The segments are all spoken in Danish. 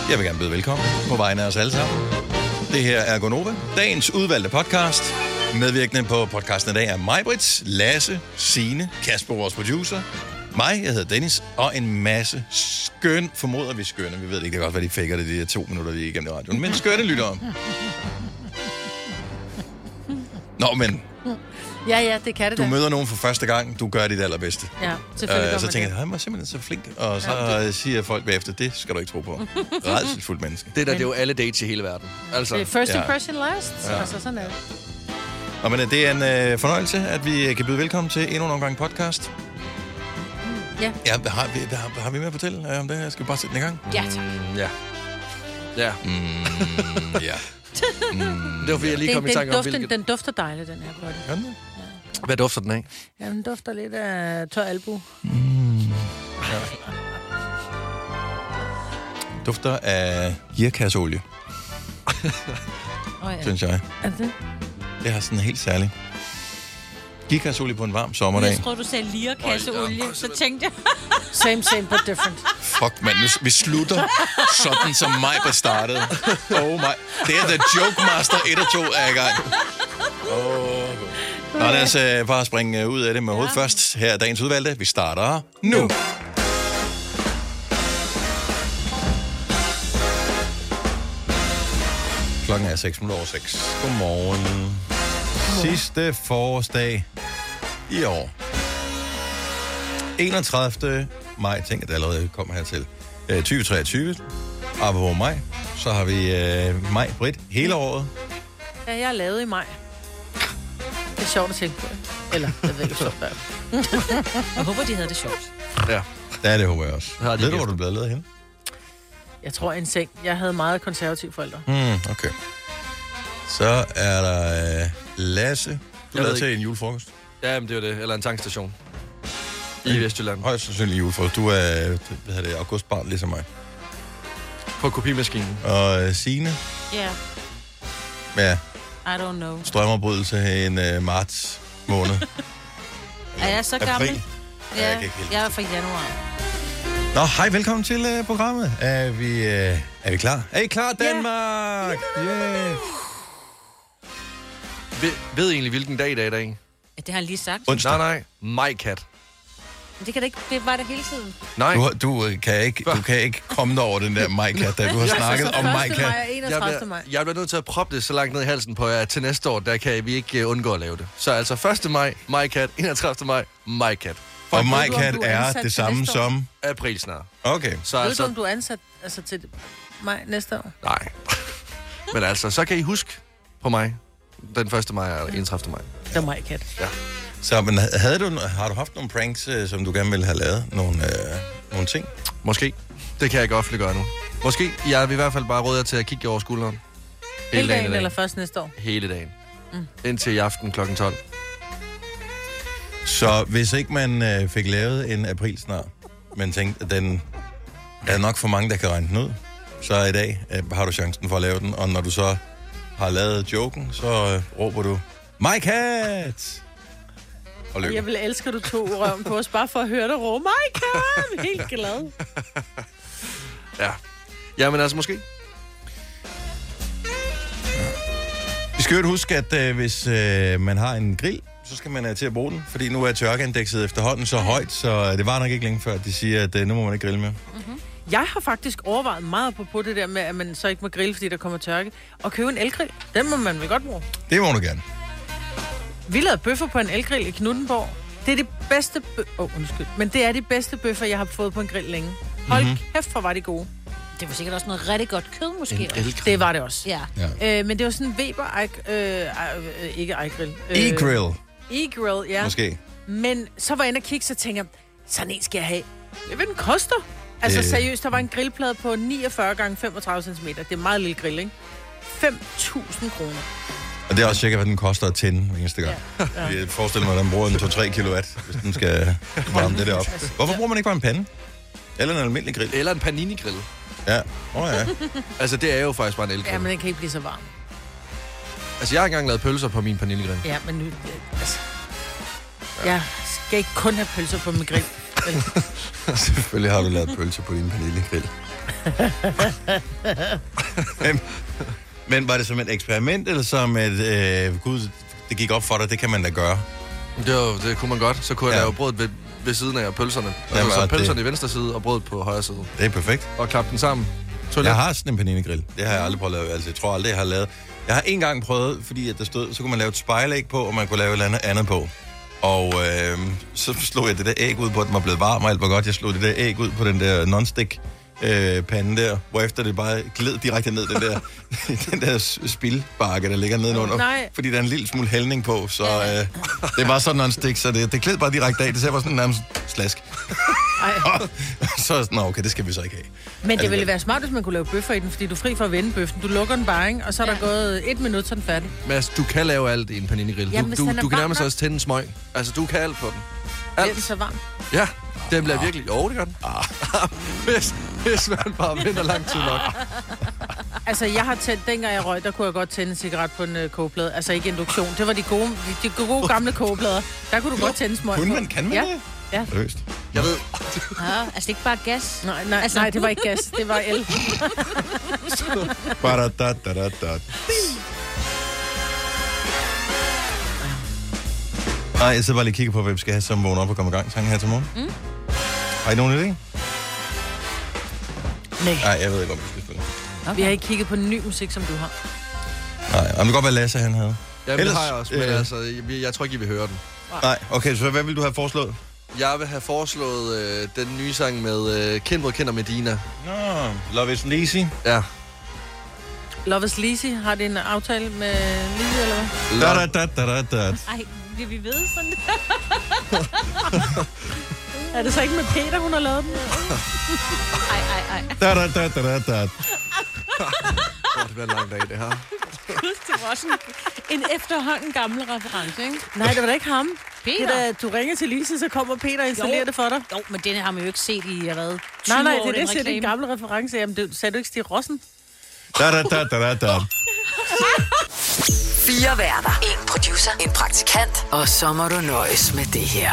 Jeg vil gerne byde velkommen på vegne af os alle sammen. Det her er Gonova, dagens udvalgte podcast. Medvirkende på podcasten i dag er Majbrits, Lasse, Signe, Kasper, vores producer. Mig, jeg hedder Dennis, og en masse formoder vi skønne. Vi ved ikke godt, hvad de faker det, de her 2 minutter, vi er igennem radioen. Men skønne lyttere. Nå, men... Ja, det kan det Du møder nogen for første gang, du gør dit allerbedste. Ja, selvfølgelig så tænker jeg, han var simpelthen så flink. Og så siger folk bagefter, det skal du ikke tro på. Rædselsfuldt menneske. Det er jo alle dates i hele verden. Altså. Det er first impression last. Ja. Altså sådan er det. Nå, men det er en fornøjelse, at vi kan byde velkommen til endnu en omgang podcast. Ja. Ja, har vi mere at fortælle om det her? Skal vi bare sætte den i gang? Ja, tak. Ja. Ja. Det var fordi, jeg lige kom i tanke om, hvilket... Den dufter dejligt, den her blotte. Ja. Hvad dufter den af? Ja, den dufter lidt af tør albu. Ja. Dufter af gearkasseolie. Synes jeg. Er det? Det har sådan helt særligt. Gearkasseolie på en varm sommerdag. Jeg tror, du sagde lierkasseolie, så tænkte jeg... Same, but different. Fuck, mand. Vi slutter sådan, som mig startede. Oh my. Det er The Joke Master 1 og 2 er i gang. Nå, lad os bare springe ud af det med hovedet først. Her er dagens udvalgte. Vi starter nu. Klokken er 6:06. Godmorgen. Sidste forårsdag i år. 31. maj, tænker det allerede kommer hertil. 2023. Apropos maj, så har vi maj Britt hele året. Ja, jeg er lavet i maj. Det er sjovt at tænke på. Eller, det ved jeg ikke, Jeg håber, de havde det sjovt. Ja, det håber jeg også. Ved du, hvor du blev lavet henne? Jeg tror, en seng. Jeg havde meget konservative forældre. Okay. Så er der Lasse. Du lavede til en julefrokost. Ja, men det er det. Eller en tankstation. I Vestjylland. Højst sandsynlig julefrokost. Du er, augustbarn, ligesom mig. På kopimaskinen. Og Signe? Ja. Ja. I don't know. Strømafbrydelse en marts måned. Er jeg så gammel? April? Ja, jeg er fra januar. Nå, hej, velkommen til programmet. Er vi klar? Er I klar, Danmark? Yeah. Ved I egentlig, hvilken dag det er i dag? Ja, det har han lige sagt. Onsdag. Nej. Majkat. Det kan det ikke. Det var det hele tiden. Nej. Du kan ikke komme dig over den der Majkat, da du har snakket om Majkat. Jeg bliver nødt til at proppe det så langt ned i halsen på jer. Til næste år, der kan vi ikke undgå at lave det. Så altså 1. maj, Majkat. 31. maj, Majkat. Og Majkat er det samme som? April snart. Okay. Så ved du, om du er ansat til maj næste år? Nej. Men altså, så kan I huske på mig. Den 1. maj eller 31. maj. Det er Majkat. Ja. Så, men har du haft nogle pranks, som du gerne ville have lavet? Nogle ting? Måske. Det kan jeg ikke offentliggøre nu. Måske. Jeg vil i hvert fald bare råde jer til at kigge over skulderen. Hele dagen eller først næste år? Hele dagen. Indtil i aften kl. 12. Så hvis ikke man fik lavet en april snart, men tænkte, at den er nok for mange, der kan regne den ud, så i dag har du chancen for at lave den. Og når du så har lavet joken, så råber du, Majkat! Og løber. Jeg vil elske, at du tog røven på os, bare for at høre dig råbe, Majkat! Helt glad. Ja. Jamen altså, måske. Vi skal jo huske, at hvis man har en grill, så skal man til at bruge den, fordi nu er tørkeindekset efterhånden så højt, så det var nok ikke længe før, at de siger, at nu må man ikke grille mere. Mm-hmm. Jeg har faktisk overvejet meget på det der med, at man så ikke må grille, fordi der kommer tørke, og købe en elgrill. Den må man vel godt bruge. Det må du gerne. Vi lavede bøffer på en elgrill i Knuttenborg. Det er det bedste men det er de bedste bøffer, jeg har fået på en grill længe. Hold kæft, hvor var de gode. Det var sikkert også noget rigtig godt kød, måske. Det var det også. Ja. Men det var sådan en Weber, ikke ejgrill. E-grill. E-grill, ja. Måske. Men så var jeg inde og kigge, så tænker jeg, sådan en skal jeg have. Hvad den koster? Altså seriøst, der var en grillplade på 49 x 35 cm. Det er en meget lille grill, ikke? 5.000 kroner. Og det er også cirka, hvad den koster at tænde hver eneste gang. Ja. Jeg forestiller mig, at den bruger en 2-3 kilowatt, hvis den skal varme det der op. Hvorfor bruger man ikke bare en pande? Eller en almindelig grill? Eller en panini-grill. Ja. Ja. Altså, det er jo faktisk bare en elgrill. Ja, men den kan ikke blive så varm. Altså, jeg har engang lavet pølser på min panini-grill. Ja, men nu... Jeg skal ikke kun have pølser på min grill. Selvfølgelig har du lavet pølser på din panini-grill. Men var det som et eksperiment, eller som et, gud, det gik op for dig, det kan man da gøre? Det kunne man godt. Så kunne jeg lave brødet ved siden af pølserne. Jamen, så pølserne i venstre side og brødet på højre side. Det er perfekt. Og klappe den sammen. Jeg har sådan en paninegrill. Det har jeg aldrig prøvet at lave. Altså, jeg tror aldrig, jeg har lavet. Jeg har en gang prøvet, fordi at der stod, så kunne man lave et spejlæg på, og man kunne lave et eller andet på. Og så slog jeg det der æg ud på, at den var blevet varm, og alt var godt. Jeg slog det der æg ud på den der non-stick pande der, hvorefter det bare gled direkte ned den der spildbakke, der ligger nedenunder. Fordi der er en lille smule hældning på, så det var sådan non-stick, så det gled bare direkte af. Det ser bare sådan nærmest slask. Så okay, det skal vi så ikke have. Men det ville være smart, hvis man kunne lave bøffer i den, fordi du er fri for at vende bøffen. Du lukker den bare, ikke? Og så er der gået 1 minut, så er den færdig. Mads, du kan lave alt i en paninegrill. Du kan nærmest også tænde en smøg. Altså, du kan alt på den. Alt. Er den så varm? Ja, den bliver virkelig... Jo, det gør den. Hvis man bare venter lang tid nok. Altså, jeg har tændt, dengang jeg røg, der kunne jeg godt tænde en cigaret på en kogeplade. Altså ikke induktion. Det var de gode gamle kogeplader. Der kunne du godt tænde smøg. Kan man det? Ja. Løst. Jeg ved. Altså ikke bare gas. Nej, det var ikke gas. Det var el. Nej, jeg sidder bare lige og kigger på, hvem skal have som vågner op og komme i gang sangen her til morgen. Har I nogen idé? Nej, jeg ved ikke, om vi skal spille. Okay. Vi har ikke kigget på ny musik, som du har. Nej, og det kan godt være Lasse, han havde. Ja, det har jeg også, men altså, jeg tror ikke, I vil høre den. Nej, okay, så hvad vil du have foreslået? Jeg vil have foreslået den nye sang med Kendrud kender Medina. Love is Lazy. Ja. Love is Lazy. Har det en aftale med Lizzy, eller hvad? Ej, vil vi vide sådan det? Er det så ikke med Peter, hun har lavet den? Ej. Det bliver en lang dag, det her. Det var sådan en efterhånden gammel reference, ikke? Nej, det var da ikke ham. Peter? Det da, du ringer til Lise, så kommer Peter og installerer det for dig. Jo, men den har man jo ikke set i, jeg ved, 20 Nej, år, det er en gammel reference. Jamen, sagde du ikke Stig Rossen? 4 værter. 1 producer. 1 praktikant. Og så må du nøjes med det her.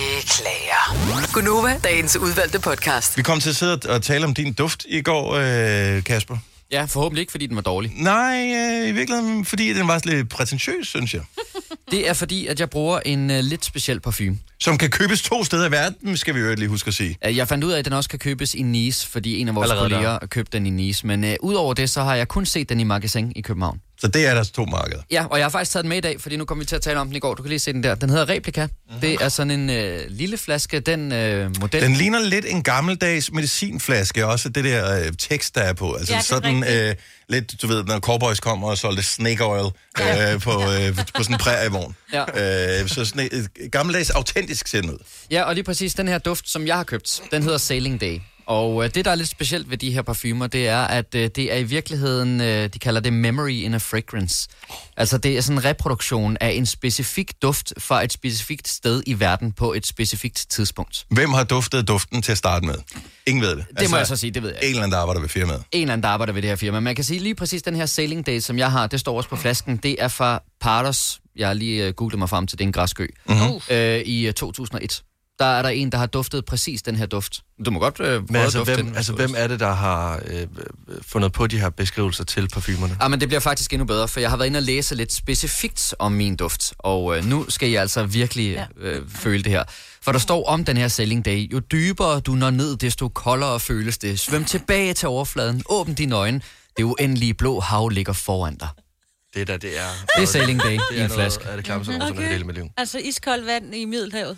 Beklager. Gunova, dagens udvalgte podcast. Vi kom til at sidde og tale om din duft i går, Kasper. Ja, forhåbentlig ikke, fordi den var dårlig. Nej, i virkeligheden, fordi den var lidt prætentiøs, synes jeg. Det er fordi, at jeg bruger en lidt speciel parfume. Som kan købes 2 steder i verden, skal vi jo lige huske at sige. Jeg fandt ud af, at den også kan købes i Nice, fordi en af vores kolleger købte den i Nice. Men udover det, så har jeg kun set den i Magasin i København. Så det er der 2 markeder. Ja, og jeg har faktisk taget den med i dag, fordi nu kommer vi til at tale om den i går. Du kan lige se den der. Den hedder Replika. Det er sådan en lille flaske, den model. Den ligner lidt en gammeldags medicinflaske, også det der tekst, der er på. Altså sådan lidt, du ved, når Cowboys kommer og solgte snake oil på sådan en prærievogn. Ja. Så sådan et gammeldags autentisk ser den ud. Ja, og lige præcis den her duft, som jeg har købt, den hedder Sailing Day. Og det, der er lidt specielt ved de her parfumer, det er, at det er i virkeligheden, de kalder det memory in a fragrance. Altså, det er sådan en reproduktion af en specifik duft fra et specifikt sted i verden på et specifikt tidspunkt. Hvem har duftet duften til at starte med? Ingen ved det. Det må jeg så sige, det ved jeg ikke. En eller anden, der arbejder ved firmaet. En eller anden, der arbejder ved det her firma. Man kan sige lige præcis, den her Sailing Day, som jeg har, det står også på flasken, det er fra Pardos. Jeg har lige googlet mig frem til, det er en græsk ø. I 2001. Der er der en, der har duftet præcis den her duft. Du må godt prøve at dufte den. Hvem er det, der har fundet på de her beskrivelser til parfumerne? Men det bliver faktisk endnu bedre, for jeg har været inde og læse lidt specifikt om min duft. Og nu skal jeg altså virkelig føle det her. For der står om den her Sailing Day: jo dybere du når ned, desto koldere føles det. Svøm tilbage til overfladen. Åbn dine øjne. Det uendelige blå hav ligger foran dig. Det er... Det er Sailing Day i en flaske. Det er det klammeste, sådan hele mit liv. Altså iskoldt vand i Middelhavet.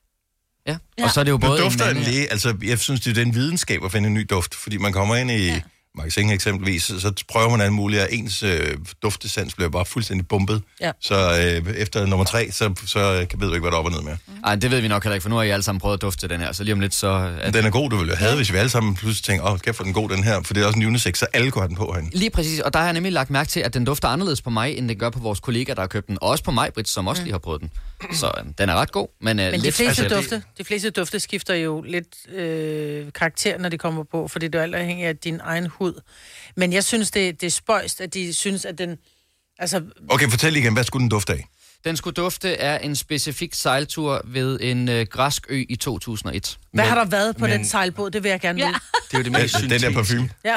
Ja, og så er det jo både... Du dufter en læge, altså jeg synes, det er den videnskab at finde en ny duft, fordi man kommer ind i Magasin eksempelvis, så prøver man alt muligt, og ens duftesans bliver bare fuldstændig bumpet. Ja. Så efter nummer 3, så ved du ikke, hvad der er op og ned med. Ej, det ved vi nok heller ikke, for nu har I alle sammen prøvet at dufte den her, så lige om lidt så... Den er god, du ville jo have, hvis vi alle sammen pludselig tænker, kæft for den god, den her, for det er også en unisex, så alle kunne have den på herinde. Lige præcis, og der har jeg nemlig lagt mærke til, at den dufter anderledes på mig, end den gør på vores kollegaer, der har købt den, og også på mig, Britt, som også lige har prøvet den. Så den er ret god, men lidt de fleste dufte skifter jo lidt karakter, når de kommer på, fordi det er alt afhængigt af din egen hud. Men jeg synes, det er spøjst, at de synes, at den... Altså... Okay, fortæl igen, hvad skulle den dufte af? Den skulle dufte af en specifik sejltur ved en græsk ø i 2001. Hvad har der været på den sejlbåd? Det vil jeg gerne vide. Det er jo det mest Den der parfume. Ja.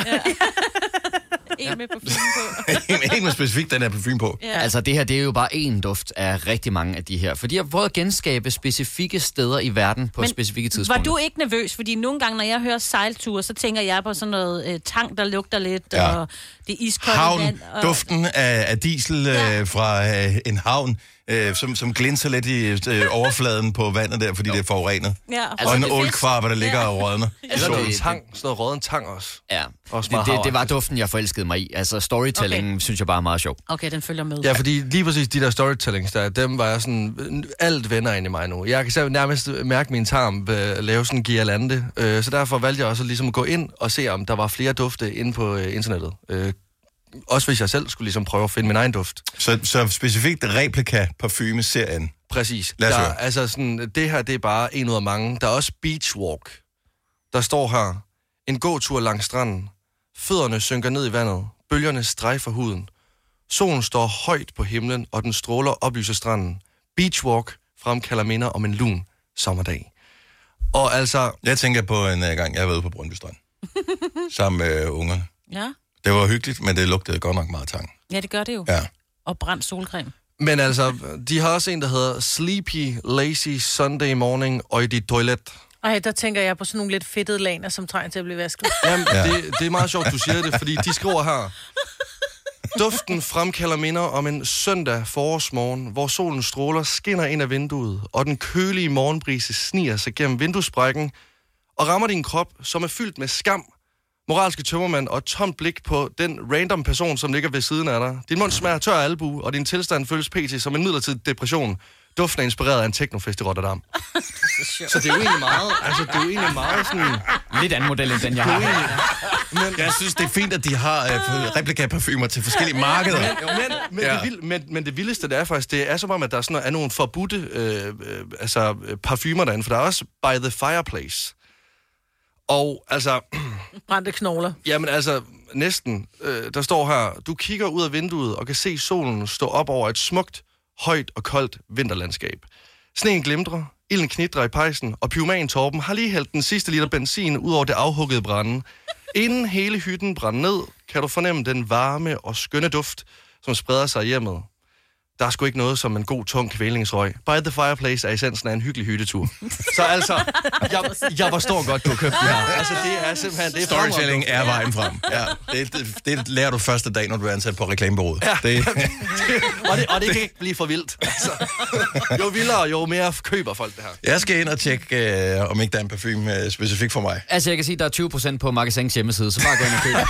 En med parfume på. En med specifikt den der parfume på. Ja. Altså det her, det er jo bare én duft af rigtig mange af de her. For de har prøvet at genskabe specifikke steder i verden på specifikke tidspunkter. Var du ikke nervøs? Fordi nogle gange, når jeg hører sejlture, så tænker jeg på sådan noget tang, der lugter lidt, og det er iskoldt vand. Havn, duften af diesel fra en havn, som glinser lidt i overfladen på vandet der, fordi det er forurenet. Ja, Og en ålkvarper, der ligger og rådner. Sådan noget råden tang også. Ja, Også det var duften, jeg forelskede mig i. Altså storytellingen synes jeg bare er meget sjov. Okay, den følger med. Ja, fordi lige præcis de der storytellings der, dem var jeg sådan, alt vender ind i mig nu. Jeg kan selv nærmest mærke min tarm lave sådan en girlande, så derfor valgte jeg også ligesom at gå ind og se, om der var flere dufte inde på internettet. Også hvis jeg selv skulle ligesom prøve at finde min egen duft. Så specifikt replika-parfume-serien. Præcis. Lad os høre. Altså sådan, det her, det er bare en ud af mange. Der er også Beach Walk. Der står her, en gåtur langs stranden. Fødderne synker ned i vandet. Bølgerne strejfer huden. Solen står højt på himlen, og den stråler oplyser stranden. Beach Walk fremkalder minder om en lun sommerdag. Og altså... Jeg tænker på en gang, jeg har været ude på Brøndby Strand. Sammen med ungerne. Ja. Det var hyggeligt, men det lugtede godt nok meget tang. Ja, det gør det jo. Ja. Og brændt solcreme. Men altså, de har også en, der hedder Sleepy Lazy Sunday Morning og de Toilet. Ej, der tænker jeg på sådan nogle lidt fedtede laner, som trænger til at blive vasket. Jamen, det er meget sjovt, du siger det, fordi de skriver her. Duften fremkalder minder om en søndag forårsmorgen, hvor solen stråler skinner ind af vinduet, og den kølige morgenbrise sniger sig gennem vinduesprækken og rammer din krop, som er fyldt med skam, moralske tømmermand og et tomt blik på den random person, som ligger ved siden af dig. Din mund smager tør albu, og din tilstand føles pt. Som en midlertidig depression. Duften er inspireret af en technofest i Rotterdam. Så det er jo egentlig meget, sådan... Lidt anden model end den, jeg har. Men jeg synes, det er fint, at de har replika-parfumer til forskellige markeder. Men det vildeste, det er faktisk, det er som om, at der er nogle forbudte parfumer derinde, for der er også By the Fireplace. Og altså... Brændte knogler. Jamen altså, næsten. Der står her, du kigger ud af vinduet og kan se solen stå op over et smukt, højt og koldt vinterlandskab. Sneen glimtrer, ilden knitrer i pejsen, og pyroman Torben har lige hældt den sidste liter benzin ud over det afhuggede brænde. Inden hele hytten brænder ned, kan du fornemme den varme og skønne duft, som spreder sig i hjemmet. Der er sgu ikke noget som en god, tung kvælningsrøg. By the Fireplace er essensen af en hyggelig hyttetur. Så altså, jeg forstår godt, du har købt det her. Altså, det er simpelthen... Det er storytelling er vejen frem. Ja, det lærer du første dag, når du er ansat på reklamebureauet. Ja. Og det kan ikke blive for vildt. Altså, jo vildere, jo mere køber folk det her. Jeg skal ind og tjekke, om ikke der er en parfume specifik for mig. Altså, jeg kan sige, at der er 20% på Magasins hjemmeside, så bare gå ind og køb.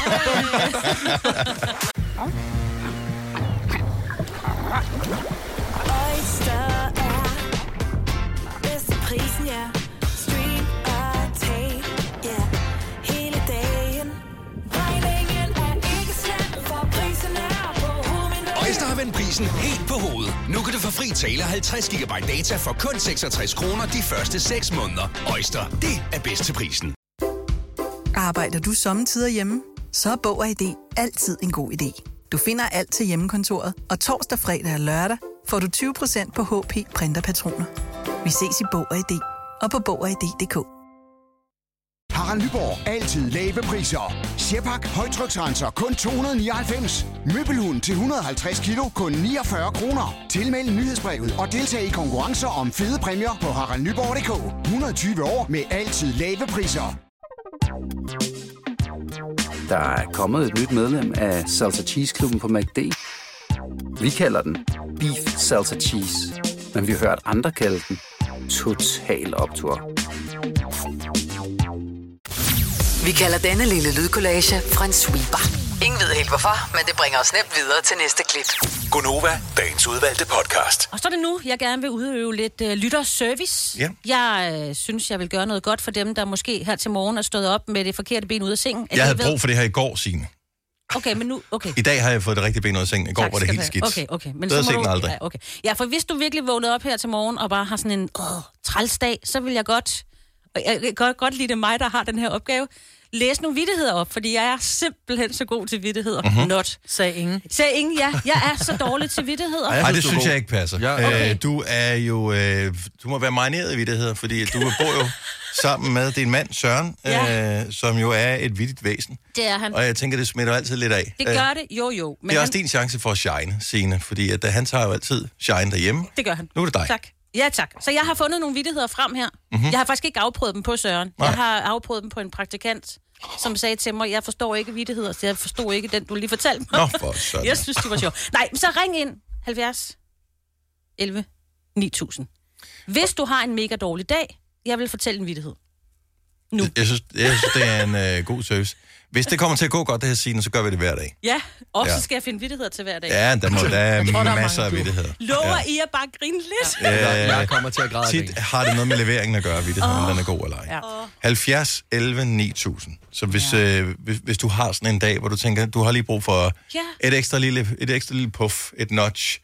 Oyster er bedst til prisen, ja. Stream og tag, ja. Hele dagen. Regningen er ikke slem, for prisen er på hovedet. Oyster har vendt prisen helt på hovedet. Nu kan du få fri tale 50 GB data for kun 66 kroner de første 6 måneder. Oyster, det er bedst til prisen. Arbejder du sommetider hjemme? Så er Bog og ID altid en god idé. Du finder alt til hjemmekontoret, og torsdag, fredag og lørdag får du 20% på HP printerpatroner. Vi ses i Bog og ID og på Bog og ID.dk. Harald Nyborg. Altid lave priser. Sjehpak højtryksrenser kun 299. Møbelhund til 150 kilo kun 49 kroner. Tilmeld nyhedsbrevet og deltag i konkurrencer om fede præmier på haraldnyborg.dk. 120 år med altid lave priser. Der er kommet et nyt medlem af Salsa Cheese Klubben på McD. Vi kalder den Beef Salsa Cheese, men vi har hørt andre kalde den Total Optur. Vi kalder denne lille lydkollage en sweeper. Ingen ved helt hvorfor, men det bringer os nemt videre til næste klip. Gonova, dagens udvalgte podcast. Og så er det nu, jeg gerne vil udøve lidt lytterservice. Ja. Jeg synes, jeg vil gøre noget godt for dem, der måske her til morgen er stået op med det forkerte ben ud af sengen. Jeg havde brug for det her i går, Signe. Okay, men nu... Okay. I dag har jeg fået det rigtige ben ud af sengen. I går var det helt skidt. Okay. Men bedre så må du... aldrig. Ja, okay. Ja, for hvis du virkelig vågnede op her til morgen og bare har sådan en trælsdag, så vil jeg godt... Og jeg kan godt lide det mig, der har den her opgave. læse nogle vittigheder op, fordi jeg er simpelthen så god til vittigheder. Not. Sagde ingen. Sagde ingen, ja. Jeg er så dårlig til vittigheder. Nej, det synes jeg ikke passer. Ja. Okay. Du er jo... du må være marineret i vittigheder, fordi du bor jo sammen med din mand, Søren, som jo er et vittigt væsen. Det er han. Og jeg tænker, det smitter altid lidt af. Det gør det, jo. Men det er også din chance for at shine, Signe, fordi at, han tager jo altid shine derhjemme. Det gør han. Nu er det dig. Tak. Ja, tak. Så jeg har fundet nogle vittigheder frem her. Jeg har faktisk ikke afprøvet dem på Søren. Nej. Jeg har afprøvet dem på en praktikant, som sagde til mig, jeg forstår ikke vittigheder, så jeg forstod ikke den, du lige fortalte mig. Nå, for sådan. Jeg synes, det var sjovt. Nej, så ring ind 70 11 9000. Hvis du har en mega dårlig dag, jeg vil fortælle en vittighed. Nu. Jeg synes, det er en god service. Hvis det kommer til at gå godt, det her Signe, så gør vi det hver dag. Ja, og så skal jeg finde vittigheder til hver dag. Ja, der er masser af vittigheder. Lover I at bare grine lidt? Jeg kommer til at græde. Tit har det noget med leveringen at gøre, vittigheden, om den er god eller ej. Ja. 70 11 9000. Så hvis du har sådan en dag, hvor du tænker, du har lige brug for et ekstra lille puff, et notch,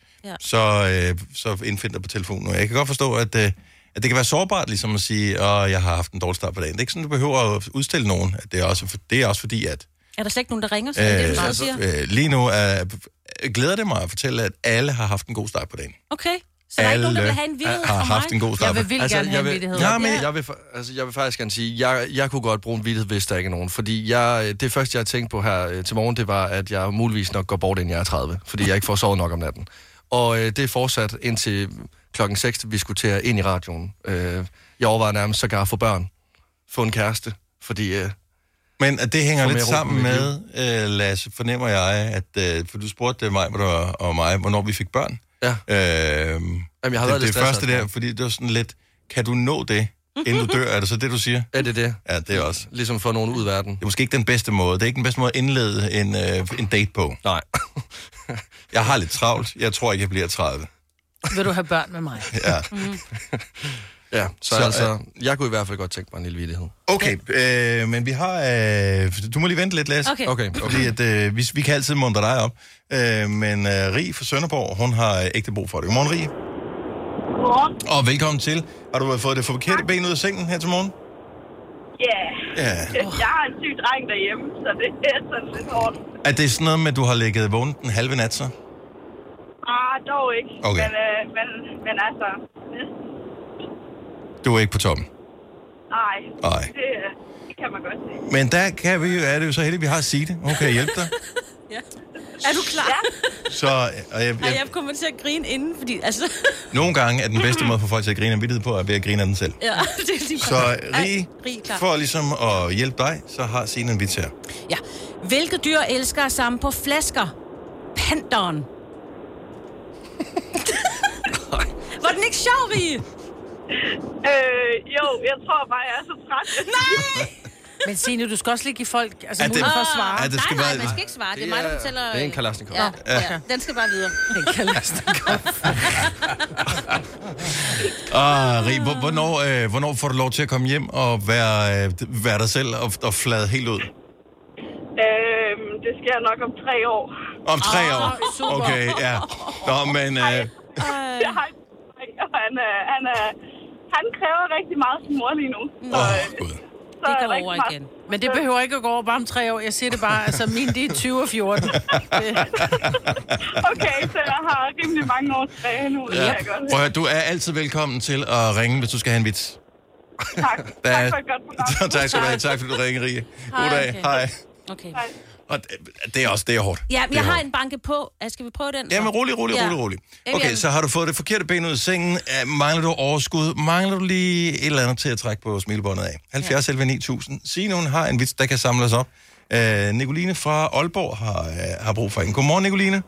så indfind dig på telefonen. Og jeg kan godt forstå, at det kan være sårbart ligesom at sige, at jeg har haft en dårlig start på dagen. Det er ikke sådan, du behøver at udstille nogen. Det er også fordi, at... Er der slet ikke nogen, der ringer? Så det, du siger? Lige nu glæder det mig at fortælle, at alle har haft en god start på dagen. Okay, så der er ikke nogen, der vil have en vittighed har fra mig? haft en god start. Jeg vil vildt gerne have en vittighed. Ja, men Jeg vil faktisk gerne sige, jeg kunne godt bruge en vittighed, hvis der ikke er nogen. Fordi det første, jeg har tænkt på her til morgen, det var, at jeg muligvis nok går bort, inden jeg er 30. Fordi jeg ikke får sovet nok om natten. Og det er fortsat indtil klokken 6, vi skulle til ind i radioen. Jeg overvejer nærmest sågar for børn. Få en kæreste, fordi... Men det hænger lidt sammen med, Lasse, fornemmer jeg, at for du spurgte mig og mig, hvornår vi fik børn. Ja. Jamen, jeg har det første der, fordi det var sådan lidt, kan du nå det, inden du dør? Er det så det, du siger? Er det det? Ja, det er også. Ligesom for nogen ud af verden. Det er måske ikke den bedste måde. Det er ikke den bedste måde at indlede en date på. Nej. Jeg har lidt travlt. Jeg tror ikke, jeg bliver 30. Vil du have børn med mig? Ja. Ja, så altså, jeg kunne i hvert fald godt tænke mig en lille vittighed. Okay, men vi har... du må lige vente lidt, Lasse. Okay. Fordi at, vi kan altid muntre dig op. Men Rie fra Sønderborg, hun har ægte brug for det. Godmorgen, Rie. Godmorgen. Og velkommen til. Har du fået det forkerte ben ud af sengen her til morgen? Ja. Jeg har en syg dreng derhjemme, så det er sådan lidt hårdt. Er det sådan noget med, at du har ligget vågen den halve nat, så? Dog ikke. Okay. Men altså, næsten. Du er ikke på toppen? Nej. Det kan man godt se. Men der er det jo så heldigt, at vi har Signe. Hun kan hjælpe dig. Ja. Er du klar? Ja. Så, jeg kommer til at grine inden, fordi altså... Nogle gange er den bedste måde for folk til at grine en vittighed på, at ved at grine af den selv. Ja, det er lige så Rie, for ligesom at hjælpe dig, så har Signe en vits her. Ja. Hvilket dyr elsker at samle på flasker? Panderen. Var den ikke sjov, Rie? Jo, jeg tror bare, jeg er så træt. Nej! Men Signe, du skal også lige give folk mulighed for at svare. Nej, man skal ikke svare. Det er mig, der fortæller... Det er en Kalashnikov. Ja. Den skal bare videre. En Kalashnikov. Rie, hvornår får du lov til at komme hjem og være dig selv og flade helt ud? Det sker nok om 3 år. Om 3 år? Super. Okay, ja. Nå, men... Han kræver rigtig meget sin mor lige nu. Gud. Det går over igen. Men det behøver ikke at gå over bare om 3 år. Jeg siger det bare, altså mine, det er 20 og 14. Okay, så jeg har rimelig mange år tilbage nu. Ja. Prøv at høre, du er altid velkommen til at ringe, hvis du skal have en vits. Tak. Tak for et godt program. Tak skal du have. Tak fordi du ringer, Rie. God dag. Hej. Okay. Og det er hårdt. Ja, jeg har en banke på. Skal vi prøve den? Så? Ja, men rolig. Okay, så har du fået det forkerte ben ud af sengen. Mangler du overskud? Mangler du lige et eller andet til at trække på smilebåndet af? 70 11 9000. Signe, hun har en vits, der kan samles op. Nicoline fra Aalborg har brug for en. Godmorgen, Nicoline.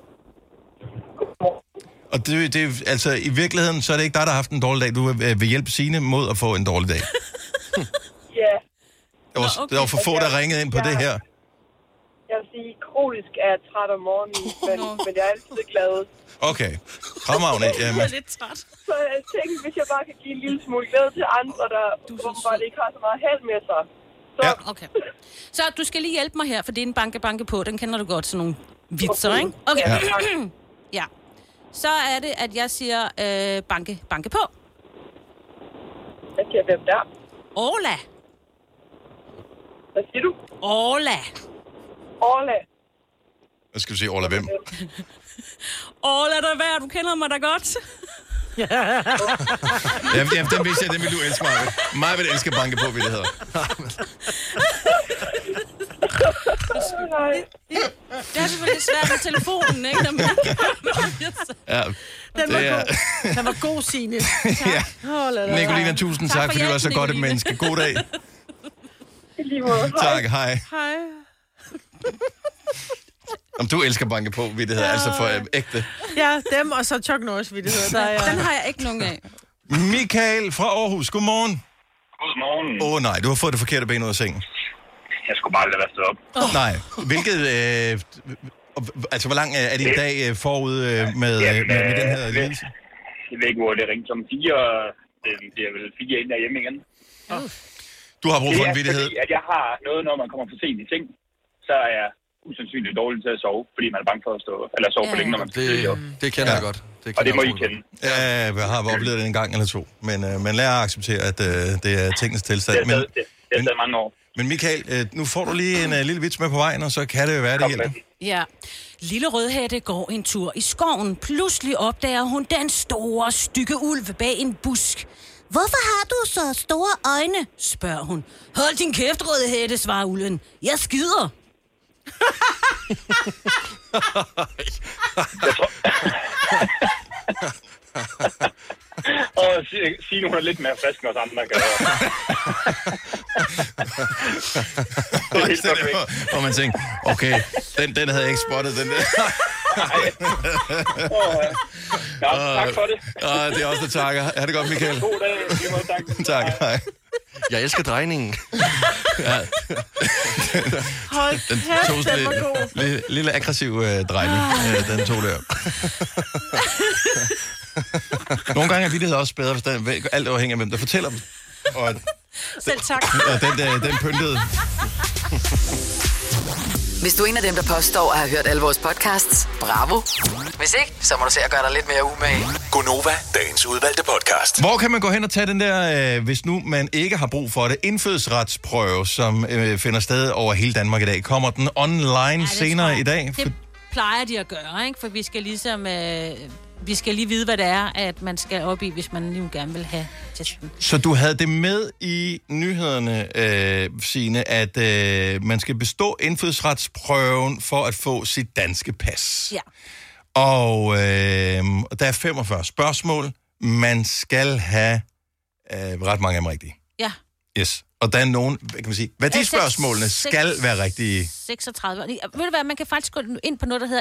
Og det altså, i virkeligheden, så er det ikke dig, der har haft en dårlig dag. Du vil hjælpe Signe mod at få en dårlig dag. Ja. Der var for få, der ringede ind på det her. Jeg vil sige, kronisk er jeg træt om morgenen, men jeg er altid glad. Okay. Fremragende. Jeg er lidt træt. Så jeg tænkte, hvis jeg bare kan give en lille smule glæde til andre, der åbenbart ikke har så meget held med sig. Så. Ja. Okay. Så du skal lige hjælpe mig her, for det er en banke på. Den kender du godt, sådan nogle vitser, ikke? Okay. Ja. Så er det, at jeg siger banke på. Jeg siger, hvem der? Ola. Hvad siger du? Orla. Orla. Hvad skal du sige? Orla hvem? Orla, der værd, du kender mig da godt. Ja, den vidste jeg, den vil du elske mig. Mig vil elske banke på, hvad det hedder. Det er selvfølgelig svært med telefonen, ikke? Ja, den var god, Signe. Ja. Nicolina, tusind tak, fordi du var så godt et menneske. God dag. Tak, hej. Hej. Om du elsker banke på, hvad det hedder, altså for ægte. Ja, dem og så Chuck Norris-vittigheder. Den har jeg ikke nogen af. Michael fra Aarhus, godmorgen. Godmorgen. Nej, du har fået det forkerte ben ud af sengen. Jeg skulle bare lade være stået op. Nej, hvilket... altså, hvor lang er din dag forud med den her lidelse? Jeg ved ikke, hvor det ringte som 4, og det er vel 4 inden derhjemme igen. Du har brug for en vittighed. Fordi, at jeg har noget, når man kommer for sent i seng, så er jeg usandsynligt dårlig til at sove, fordi man er bange for at stå, eller sove for længe, når man skal tidligt op. Det kender jeg godt. Og det må I kende. Ja, jeg har oplevet det en gang eller to, men man lærer at acceptere, at det er tingens tilstand. Det har taget mange år. Men Michael, nu får du lige en lille vits med på vejen, og så kan det jo være, det hjælper. Ja. Lille Rødhætte går en tur i skoven. Pludselig opdager hun den store, stygge ulv bag en busk. Hvorfor har du så store øjne, spørger hun. Hold din kæft, Rødhætte, svarer ulven. Jeg skider. Og Signe, hun er lidt mere frisk end os andre, kan Og man tænker, okay, den havde jeg ikke spottet, den der. Tak for det. Det er også det, takker. Er det godt, Michael? God dag. Tak, hej. Jeg elsker drejningen. Ja. Hold kæft, den var god. Lille aggressiv drejning, den tog der. Nogle gange er vittighed også bedre, hvis alt afhænger af, hvem der fortæller dem. Og selv tak. Og den pyntede. Hvis du er en af dem, der påstår at have hørt alle vores podcasts, bravo. Hvis ikke, så må du se at gøre dig lidt mere umage. Gonova, dagens udvalgte podcast. Hvor kan man gå hen og tage den der, hvis nu man ikke har brug for det, indfødsretsprøve, som finder sted over hele Danmark i dag? Kommer den online senere i dag? Det plejer de at gøre, ikke? For vi skal ligesom... vi skal lige vide, hvad det er, at man skal op i, hvis man nu gerne vil have testen. Så du havde det med i nyhederne, Signe, at man skal bestå indfødsretsprøven for at få sit danske pas. Ja. Og der er 45 spørgsmål. Man skal have ret mange af dem rigtige. Ja. Yes. Og der er nogen, hvad kan man sige, værdispørgsmålene skal være rigtige. 36. Ved du hvad, man kan faktisk gå ind på noget, der hedder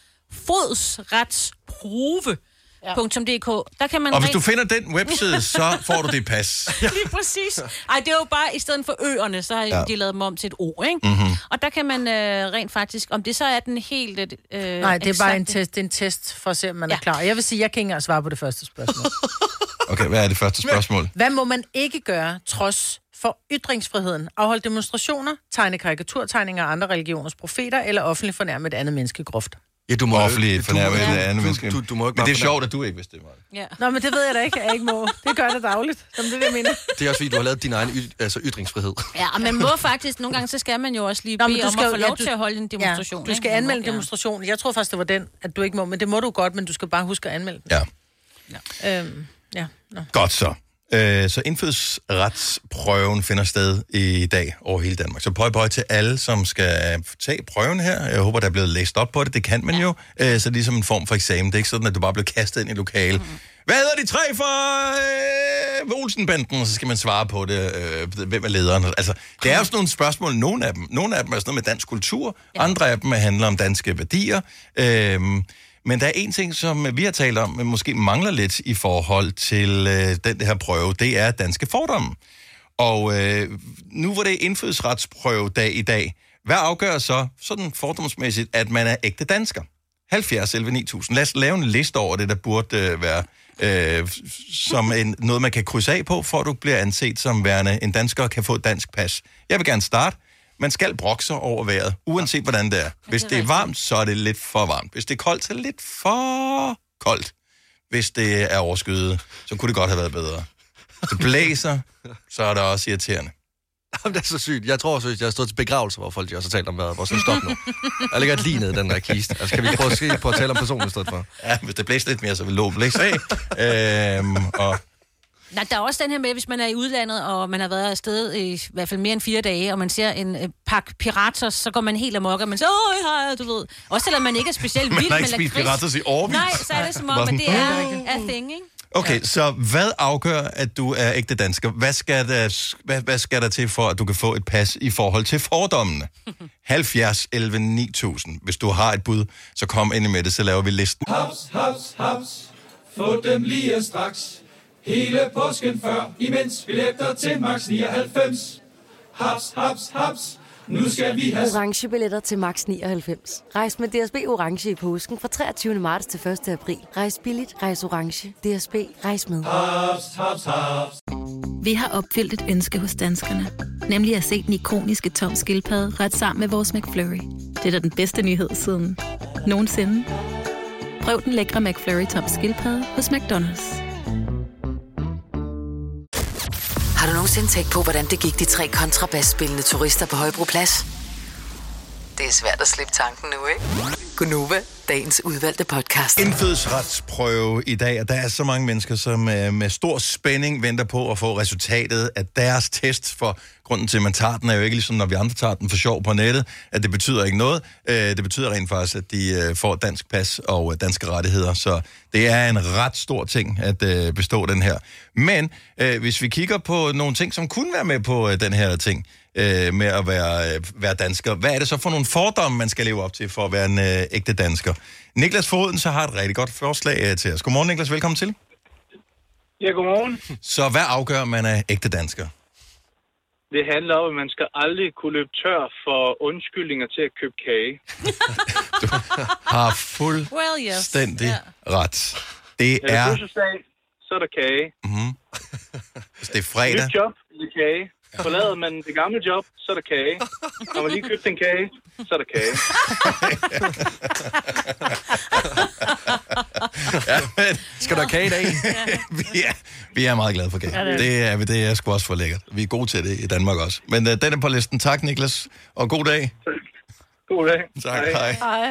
indfødsretsprove.dk. Der kan man og hvis du finder den webside, så får du det pas. Lige præcis. Ej, det er jo bare, i stedet for øerne, så har de lavet dem om til et O, ikke? Mm-hmm. Og der kan man rent faktisk, om det så er den helt... Nej, det er bare en test. Det er en test for at se, om man er klar. Jeg vil sige, jeg kan ikke engang svare på det første spørgsmål. Okay, hvad er det første spørgsmål? Hvad må man ikke gøre, trods for ytringsfriheden? Afholde demonstrationer, tegne karikaturtegninger af andre religioners profeter, eller offentligt fornærme et andet menneske groft? Ja, du må offentligt fornærme et andet menneske. Du må ikke men det er sjovt, at du ikke vidste det, Maja. Ja. Nå, men det ved jeg da ikke, at jeg ikke må. Det gør det dagligt, som det jeg mener. Det er også fordi, du har lavet din egen ytringsfrihed. Ja, og man må faktisk, nogle gange, så skal man jo også lige bede om at få lov til at holde en demonstration. Ja, du skal anmelde en demonstration. Jeg tror faktisk, det var den, at du ikke må, men det må du godt, men du skal bare huske at anmelde den. Ja. No. Godt så. Så indfødsretsprøven finder sted i dag over hele Danmark. Så pøj til alle, som skal tage prøven her. Jeg håber, der er blevet læst op på det. Det kan man jo. Så det er ligesom en form for eksamen. Det er ikke sådan, at du bare bliver kastet ind i lokale. Hvad hedder de tre for Olsenbanden? Og så skal man svare på det. Hvem er lederen? Altså, det er jo sådan nogle spørgsmål. Nogle af dem er sådan noget med dansk kultur. Andre af dem handler om danske værdier. Men der er en ting, som vi har talt om, men måske mangler lidt i forhold til den her prøve, det er danske fordomme. Og nu hvor det er indfødsretsprøvedag i dag, hvad afgør så sådan fordomsmæssigt, at man er ægte dansker? 70 11 9000. Lad os lave en liste over det, der burde være som noget, man kan krydse af på, for at du bliver anset som værende en dansker og kan få et dansk pas. Jeg vil gerne starte. Man skal brokke sig over vejret, uanset hvordan det er. Hvis det er varmt, så er det lidt for varmt. Hvis det er koldt, så er det lidt for koldt. Hvis det er overskyet, så kunne det godt have været bedre. Hvis det blæser, så er det også irriterende. Jamen, det er så sygt. Jeg tror seriøst, jeg har stået til begravelse, hvor folk de også har talt om vejret. Hvor sådan, stop nu. Jeg ligger et lige ned i den der kiste. Altså, kan vi prøve at tale om personen i stedet for? Ja, hvis det blæser lidt mere, så vil lågen blæse af. Og Nej, der er også den her med, hvis man er i udlandet, og man har været afsted i hvert fald mere end 4 dage, og man ser en pakke pirater, så går man helt amok, og man siger, du ved. Også selvom man ikke er specielt vild med man har ikke spist pirater i årevis. Nej, så er det som om, at det er a thing, ikke? Okay, så hvad afgør, at du er ægte dansker? Hvad skal der til for, at du kan få et pas i forhold til fordommene? 70 11 9000. Hvis du har et bud, så kom ind med det, så laver vi listen. Haps, haps, haps. Få dem lige straks. Hele påsken før, imens billetter til max 99. Haps, haps, haps. Nu skal vi have orange billetter til max 99. Rejs med DSB orange i påsken fra 23. marts til 1. april. Rejs billigt, rejs orange. DSB, rejs med. haps, haps, haps. Vi har opfyldt et ønske hos danskerne. Nemlig at se den ikoniske Tom Skildpadde ret sammen med vores McFlurry. Det er da den bedste nyhed siden nogensinde. Prøv den lækre McFlurry Tom Skildpadde hos McDonald's. Har du nogensinde tænkt på, hvordan det gik de 3 kontrabasspillende turister på Højbroplads? Det er svært at slippe tanken nu, ikke? Gunova, dagens udvalgte podcast. Indfødsretsprøve i dag, og der er så mange mennesker, som med stor spænding venter på at få resultatet af deres test, for grunden til, at man tager den, er jo ikke ligesom, når vi andre tager den for sjov på nettet, at det betyder ikke noget. Det betyder rent faktisk, at de får dansk pas og danske rettigheder, så det er en ret stor ting at bestå den her. Men hvis vi kigger på nogle ting, som kunne være med på den her ting, med at være dansker. Hvad er det så for nogle fordomme, man skal leve op til for at være en ægte dansker? Niklas Foden så har et rigtig godt forslag til os. Godmorgen, Niklas. Velkommen til. Ja, godmorgen. Så hvad afgør, man er ægte dansker? Det handler om, at man skal aldrig kunne løbe tør for undskyldninger til at købe kage. Du har fuldstændig ret. Det er... fødselsdag, så er der kage. Mm-hmm. Hvis det er fredag... Nyt job, det er kage. Forlader man det gamle job, så er der kage. Når man lige købt en kage, så er der kage. Ja, men... Skal der kage i dag? vi er meget glade for kage. Ja, det er sgu også for lækkert. Vi er gode til det i Danmark også. Men den er på listen. Tak, Niklas. Og god dag. God dag. Tak, hej.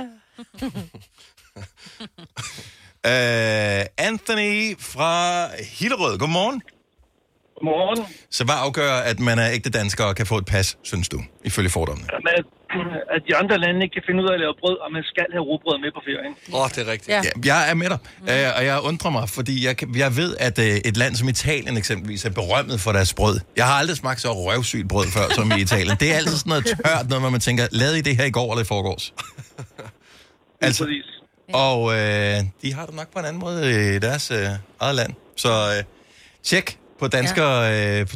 Anthony fra Hillerød. Godmorgen. Godmorgen. Så hvad afgør, at man er ægte dansker og kan få et pas, synes du, ifølge fordommene? At de andre lande ikke kan finde ud af at lave brød, og man skal have rugbrød med på ferien. Det er rigtigt. Ja. Jeg er med dig, og jeg undrer mig, fordi jeg ved, at et land som Italien eksempelvis er berømmet for deres brød. Jeg har aldrig smagt så røvsygt brød før, som i Italien. Det er altid sådan noget tørt, noget, hvor man tænker, lavede I det her i går eller i forgårs? Altså, og de har det nok på en anden måde i deres eget land. Så tjek på dansker,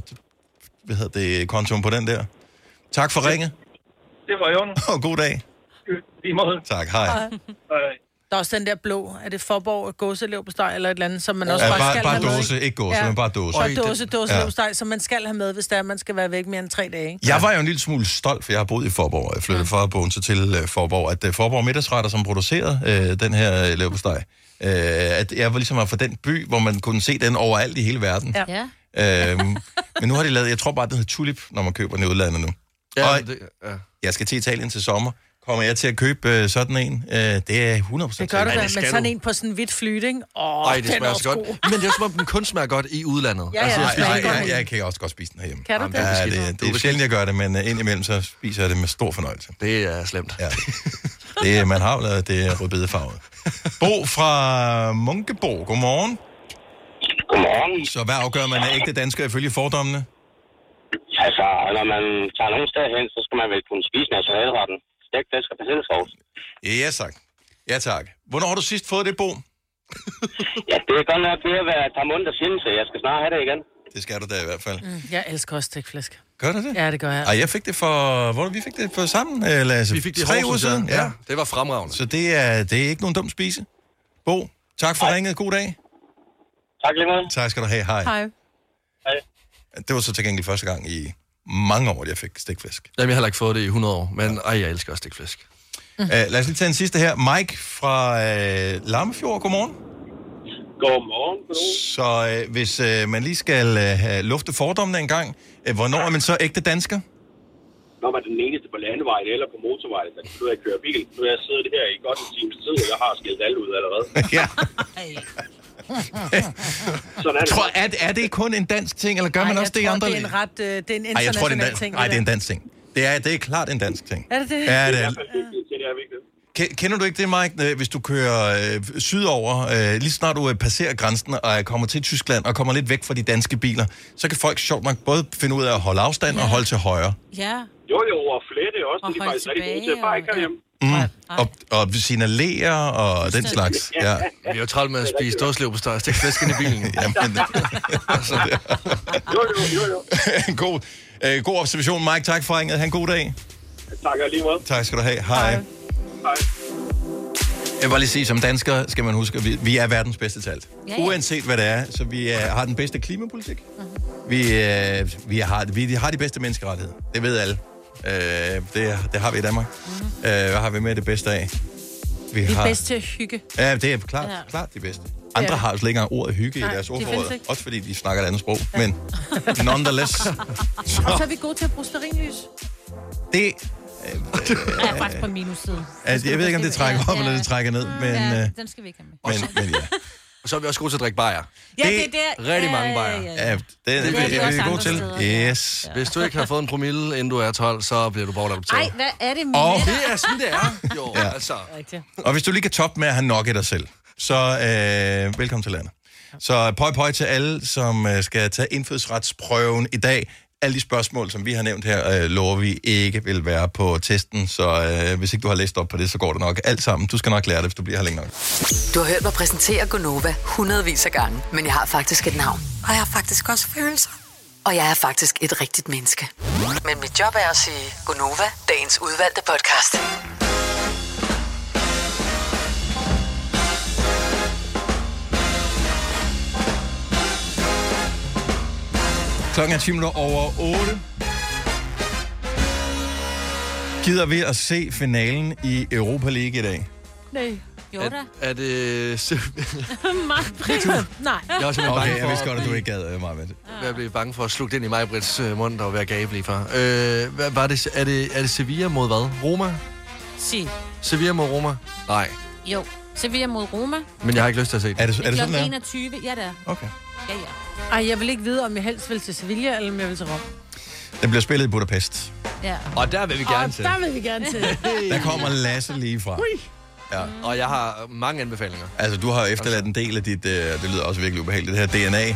kontoen på den der. Tak for ringet. Det var i orden. Og god dag. I måde. Tak, hej. Hej. Der er også den der blå, er det Forborg gåseleverpostej eller et eller andet, som man også bare skal have med. Bare dåse, ikke gåse, men bare dåse. Og dåseleverpostej, som man skal have med, hvis man skal være væk mere end 3 dage. Ikke? Jeg var jo en lille smule stolt, for jeg har boet i Forborg. Jeg flyttede fra Bogense til Forborg. At Forborg Middagsretter, som producerede den her leverpostej, at jeg var ligesom fra den by, hvor man kunne se den overalt i hele verden. Ja. Men nu har de lavet, jeg tror bare, den hedder Tulip, når man køber den i udlandet nu. Ja, og jeg skal til Italien til sommer. Kommer jeg til at købe sådan en? Det er 100%. Det gør du da, men sådan en på sådan en hvidt flyt, ikke? Det smager så godt. Men det er som om, den kun smager godt i udlandet. Jeg kan også godt spise den herhjemme. Kan du det? Ja, det er sjældent, jeg gør det, men indimellem så spiser jeg det med stor fornøjelse. Det er slemt. Ja. Man har jo lavet det rødbedefarvet. Bo fra Munkebo, godmorgen. Godmorgen. Så hvad afgør man af ægte dansker ifølge fordommene? Altså, når man tager nogen sted hen, så skal man vel kunne spise nationalretten. Stegt flæsk og persillesovs. Ja, tak. Ja, tak. Hvornår har du sidst fået det, Bo? Ja, det er godt nok ved at være et par måneder siden, så jeg skal snart have det igen. Det skal du da i hvert fald. Jeg elsker også stegt flæsk. Gør du det? Ja, det gør jeg. Og jeg fik det for... Vi fik det for sammen, Lasse? Vi fik det 3 uger siden. Ja, det var fremragende. Så det er ikke nogen dum spise. Bo, tak for ringet. God dag. Tak lige meget. Tak skal du have. Hej. Hej. Det var så til gengæld første gang i mange år, jeg fik stegflæsk. Jamen, jeg har heller ikke fået det i 100 år, men jeg elsker også stegflæsk. Lad os lige tage en sidste her. Mike fra Lammefjord, godmorgen. Godmorgen. Så hvis man lige skal lufte fordommene en gang, hvornår er man så ægte dansker? Når man er den eneste på landevejen eller på motorvejen, der kan du køre bil. Nu har jeg siddet her i godt en times tid, og jeg har skilt alt ud allerede. Ja. Sådan er det kun en dansk ting, eller gør man også det i andre lande? Det er en international ting. Nej, det er en dansk ting. Det er klart en dansk ting. Er det det? Ja, det er. Det er vigtigt. Kender du ikke det, Mike, hvis du kører sydover, lige snart du passerer grænsen og kommer til Tyskland og kommer lidt væk fra de danske biler, så kan folk sjovt nok både finde ud af at holde afstand og holde til højre. Ja. Jo, og flette også, men de er faktisk rigtig gode til at bare ikke herhjemme. Og signalere og den slags. Ja. Vi er jo travlt med at spise dåslev på større og stikke flæsken i bilen. Jo. God observation, Mike. Tak for ringet. Ha' en god dag. Tak lige måde. Tak skal du have. Hej. Jeg vil bare lige sige, som danskere skal man huske, at vi er verdens bedste til alt. Ja. Uanset hvad det er, så vi har den bedste klimapolitik. Vi har de bedste menneskerettigheder. Det ved alle. Det har vi i Danmark. Hvad har vi med det bedste af? Vi er bedst til at hygge. Ja, det er klart de bedste. Andre har jo slet ikke engang ordet hygge i deres ordforråd. Også fordi de snakker et andet sprog. Ja. Men nonetheless. Og så er vi gode til at bruge stearinlys. Det er faktisk på minussiden. Jeg ved ikke, om det trækker op, eller det trækker ned. Men, den skal vi ikke have med. Men ja. Og så er vi også gode til at drikke bajer. Ja, det er der. Rigtig mange bajer. Ja, det er vi gode til. Yes. Ja. Hvis du ikke har fået en promille, inden du er 12, så bliver du bortadopteret. Ej, hvad er det med? Det er sådan, det er. Jo, ja. Altså. Og hvis du lige kan toppe med at have nok i dig selv, så velkommen til landet. Så pøj til alle, som skal tage indfødsretsprøven i dag. Alle de spørgsmål, som vi har nævnt her, lover vi ikke vil være på testen, så hvis ikke du har læst op på det, så går det nok alt sammen. Du skal nok lære det, hvis du bliver her længe nok. Du har hørt mig præsentere Gonova hundredvis af gange, men jeg har faktisk et navn. Og jeg har faktisk også følelser. Og jeg er faktisk et rigtigt menneske. Men mit job er at sige Gonova, dagens udvalgte podcast. Klokken er 10 minutter over 8. Gider vi at se finalen i Europa League i dag? Nej. Jo da. Er det... Nej. Jeg er simpelthen bange for... jeg vidste godt, at du ikke gad mig med det. Jeg blev bange for at slukke den i Maj-Brits mund og være gabelig for. Hvad var det? Er det Sevilla mod hvad? Roma? Sevilla mod Roma? Nej. Jo. Sevilla mod Roma. Men jeg har ikke lyst til at se det. Er det sådan der? 21. Ja, det er. Okay. Ja. Ej, jeg vil ikke vide, om jeg helst vil til Sevilla, eller om jeg vil til Rom. Den bliver spillet i Budapest. Ja. Og der vil vi gerne til. Der vil vi gerne til. Der kommer Lasse lige fra. Ja. Og jeg har mange anbefalinger. Altså, du har jo efterladt en del af dit... det lyder også virkelig ubehageligt, det her DNA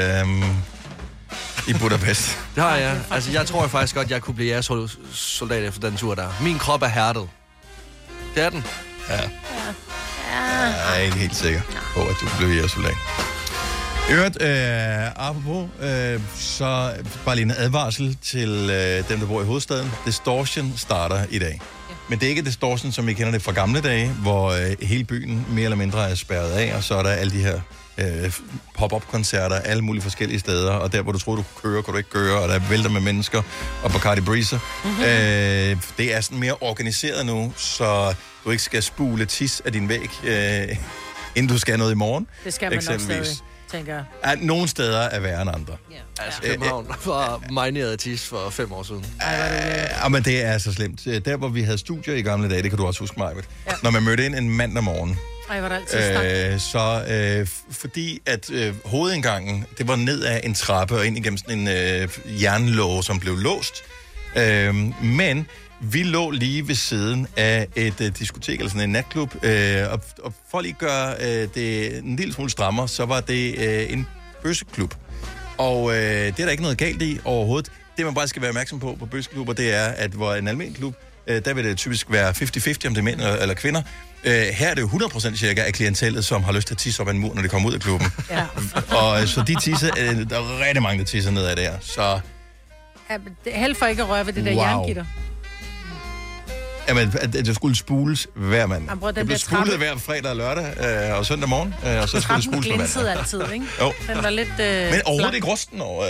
i Budapest. Det har jeg. Altså, jeg tror faktisk godt, jeg kunne blive jeres soldat efter den tur der. Min krop er hærdet. Det er den. Ja. Jeg er ikke helt sikker på, at du kan blive jeres soldat. I øvrigt, apropos, så bare lige en advarsel til dem, der bor i hovedstaden. Distortion starter i dag. Men det er ikke Distortion, som vi kender det fra gamle dage, hvor hele byen mere eller mindre er spærret af, og så er der alle de her pop-up-koncerter alle mulige forskellige steder, og der, hvor du troede, du kunne køre, kan du ikke køre, og der vælter med mennesker, og på Cardi Breezer. Det er sådan mere organiseret nu, så du ikke skal spule tis af din væg, inden du skal noget i morgen. Det skal man nok stadig, tænker jeg. At nogle steder er værre end andre. Altså, København var mineret tis for 5 år siden. Men det er så slemt. Der, hvor vi havde studier i gamle dage, det kan du også huske, Majbert. Ja. Når man mødte ind en mandag morgen. Ej, var det altid fordi at hovedindgangen, det var ned ad en trappe og ind igennem sådan en jernlåge, som blev låst. Men vi lå lige ved siden af et diskotek, eller sådan en natklub, og for at lige gøre det en lille smule strammere, så var det en bøsseklub. Og det er der ikke noget galt i overhovedet. Det, man bare skal være opmærksom på bøsseklubber, det er, at hvor en almindelig klub, der vil det typisk være 50-50, om det er mænd eller kvinder. Her er det jo 100% cirka af klientellet, som har lyst til at tisse op ad en mur, når de kommer ud af klubben. Ja. Og så de tisser, der er rigtig mange, der tisser nedad der. Så... Held for ikke at røre ved det der jerngitter. Jamen, at det skulle spules hver mandag. Jamen, det blev spulet hver fredag og lørdag og søndag morgen, og så skulle det spules på mandag. Trappen altid, ikke? Jo. Den var lidt... Men overhovedet ikke rusten over...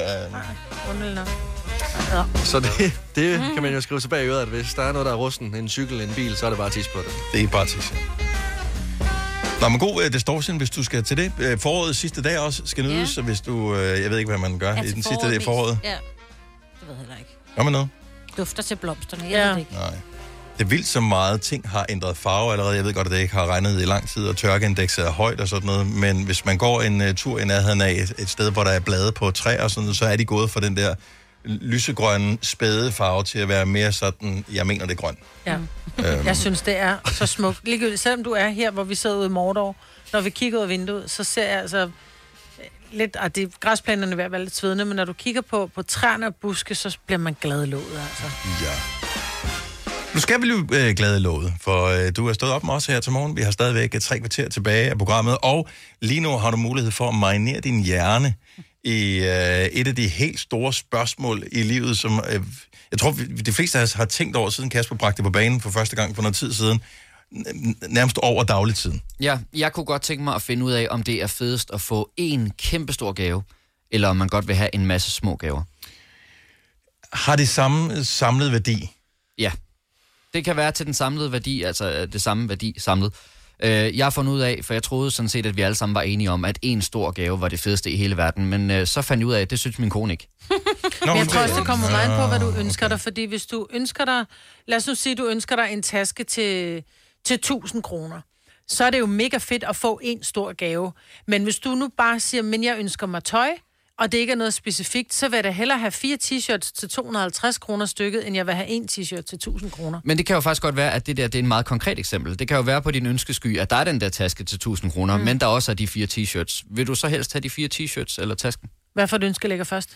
Så det kan man jo skrive sig bagud, at hvis der er noget, der er rusten, en cykel, en bil, så er det bare tis på det. Det er bare tis. Nå, men god distortion, hvis du skal til det. Foråret sidste dag også skal nydes, så hvis du... jeg ved ikke, hvad man gør i den sidste dag af foråret. Ja, det ved jeg heller ikke. Gør man noget? Dufter til blomsterne, jeg ved det ikke. Nej. Det er vildt, så meget ting har ændret farve allerede. Jeg ved godt, at det ikke har regnet i lang tid, og tørkeindekset er højt og sådan noget. Men hvis man går en tur i nærheden af et sted, hvor der er blade på træer og sådan noget, så er de gået fra den der lysegrønne, spæde farve til at være mere sådan, jeg mener det er grøn. Ja. Jeg synes, det er så smukt. Ligegyldigt, selvom du er her, hvor vi sidder ude i Mordor, når vi kigger ud af vinduet, så ser jeg altså lidt, græsplænerne er ved at være lidt svedende, men når du kigger på træerne og buske, så bliver man glad i låget, altså. Ja. Nu skal vi blive glade i låget, for du er stået op med os her til morgen. Vi har stadigvæk 3 kvarter tilbage af programmet, og lige nu har du mulighed for at marinere din hjerne i et af de helt store spørgsmål i livet, som jeg tror, de fleste af os har tænkt over, siden Kasper bragte på banen for første gang for noget tid siden, nærmest over dagligtiden. Ja, jeg kunne godt tænke mig at finde ud af, om det er fedest at få en kæmpestor gave, eller om man godt vil have en masse små gaver. Har det samme samlet værdi? Ja. Det kan være til den samlede værdi, altså det samme værdi samlet. Jeg har fundet ud af, for jeg troede sådan set, at vi alle sammen var enige om, at en stor gave var det fedeste i hele verden, men så fandt jeg ud af, at det synes min kone ikke. Men jeg tror også, det kommer meget på, hvad du ønsker dig, fordi hvis du ønsker dig, lad os nu sige, du ønsker dig en taske til 1000 kroner, så er det jo mega fedt at få en stor gave. Men hvis du nu bare siger, men jeg ønsker mig tøj, og det ikke er noget specifikt, så vil jeg da hellere have 4 t-shirts til 250 kroner stykket, end jeg vil have en t-shirt til 1000 kroner. Men det kan jo faktisk godt være, at det er en meget konkret eksempel. Det kan jo være på din ønskesky, at der er den der taske til 1000 kroner, men der også er de 4 t-shirts. Vil du så helst have de 4 t-shirts eller tasken? Hvad for et ønske ligger først?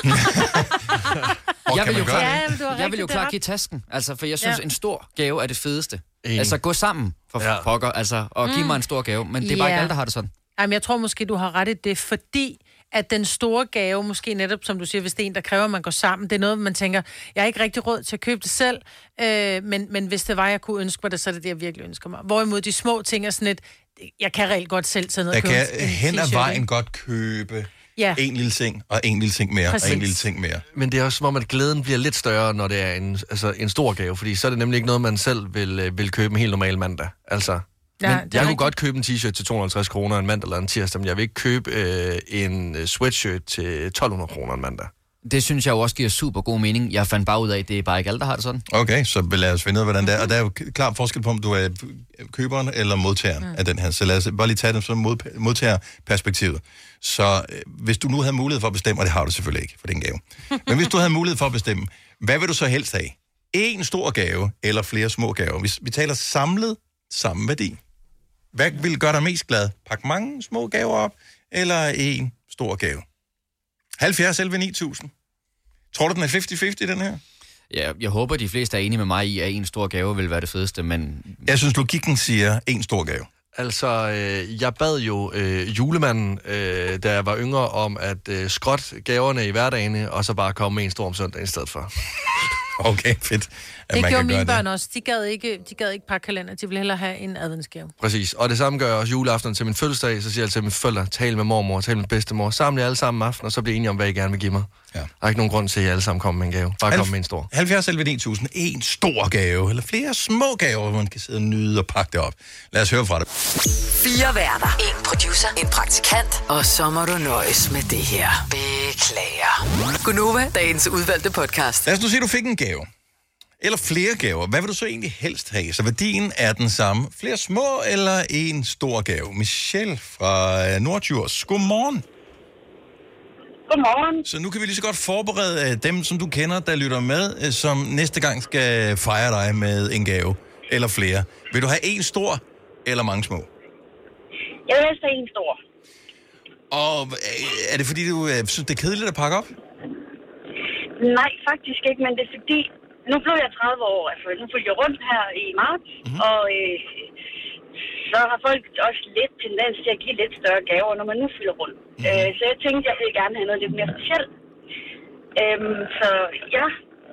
Jeg vil jo klart give tasken, altså, for jeg synes, en stor gave er det fedeste. Altså, gå sammen for pokker, altså, og give mig en stor gave, men det er bare ikke alle, der har det sådan. Jamen, jeg tror måske, du har ret i det, fordi at den store gave, måske netop, som du siger, hvis det er en, der kræver, at man går sammen, det er noget, man tænker, jeg har ikke rigtig råd til at købe det selv, men hvis det var, jeg kunne ønske mig det, så er det det, jeg virkelig ønsker mig. Hvorimod de små ting er sådan lidt, jeg kan reelt godt selv tage noget. Jeg kan hen ad vejen godt købe en lille ting, og en lille ting mere, og en lille ting mere. Men det er også som om, at glæden bliver lidt større, når det er en stor gave, fordi så er det nemlig ikke noget, man selv vil købe en helt normal mandag. Altså... Ja, men jeg kunne godt købe en t-shirt til 250 kroner en mandag eller en tirsdag, men jeg vil ikke købe en sweatshirt til 1200 kroner en mandag. Det synes jeg jo også giver super god mening. Jeg fandt bare ud af, at det er bare ikke alle, der har det sådan. Okay, så lad os finde ud af, hvordan det er. Og der er jo klar forskel på, om du er køberen eller modtageren af den her. Så lad os bare lige tage den som modtagerperspektivet. Så hvis du nu havde mulighed for at bestemme, og det har du selvfølgelig ikke, for det er en gave. Men hvis du havde mulighed for at bestemme, hvad vil du så helst have? En stor gave eller flere små gaver? Vi taler samlet samme værdi. Hvad vil gøre dig mest glad? Pak mange små gaver op, eller en stor gave? 70 11 9000. Tror du, den er 50-50, den her? Ja, jeg håber, de fleste er enige med mig i, at en stor gave vil være det fedeste, men... Jeg synes, logikken siger en stor gave. Altså, jeg bad jo julemanden, da jeg var yngre, om at skrotte gaverne i hverdagene, og så bare komme med en stor om søndagen i stedet for. Okay, fedt. Det gjorde mine børn også. De gad ikke pakke kalender. De ville hellere have en adventsgave. Præcis. Og det samme gør jeg også juleaften til min fødselsdag. Så siger jeg til mine forældre, tal med mormor, tal med bedstemor. Samle jer alle sammen aften, og så bliver enige om, hvad I gerne vil give mig. Ja. Der er ikke nogen grund til, at I alle sammen kommer med en gave. Bare kom med en stor. 70 11 9000. En stor gave, eller flere små gaver, hvor man kan sidde og nyde og pakke det op. Lad os høre fra det. 4 værter. En producer. En praktikant. Og så må du nøjes med det her. Beklager. Gunova, dagens udvalgte podcast. Lad os nu sige, at du fik en gave. Eller flere gaver. Hvad vil du så egentlig helst have? Så værdien er den samme. Flere små eller en stor gave? Michelle fra Nordjurs. Godmorgen. Godmorgen. Så nu kan vi lige så godt forberede dem, som du kender, der lytter med, som næste gang skal fejre dig med en gave. Eller flere. Vil du have en stor eller mange små? Jeg vil helst have en stor. Og er det fordi, du synes, det er kedeligt at pakke op? Nej, faktisk ikke, men det er fordi... Nu blev jeg 30 år, altså nu følger jeg rundt her i marts, og så har folk også lidt tendens til at give lidt større gaver, når man nu fylder rundt. Så jeg tænkte, jeg ville gerne have noget lidt mere specielt. Så jeg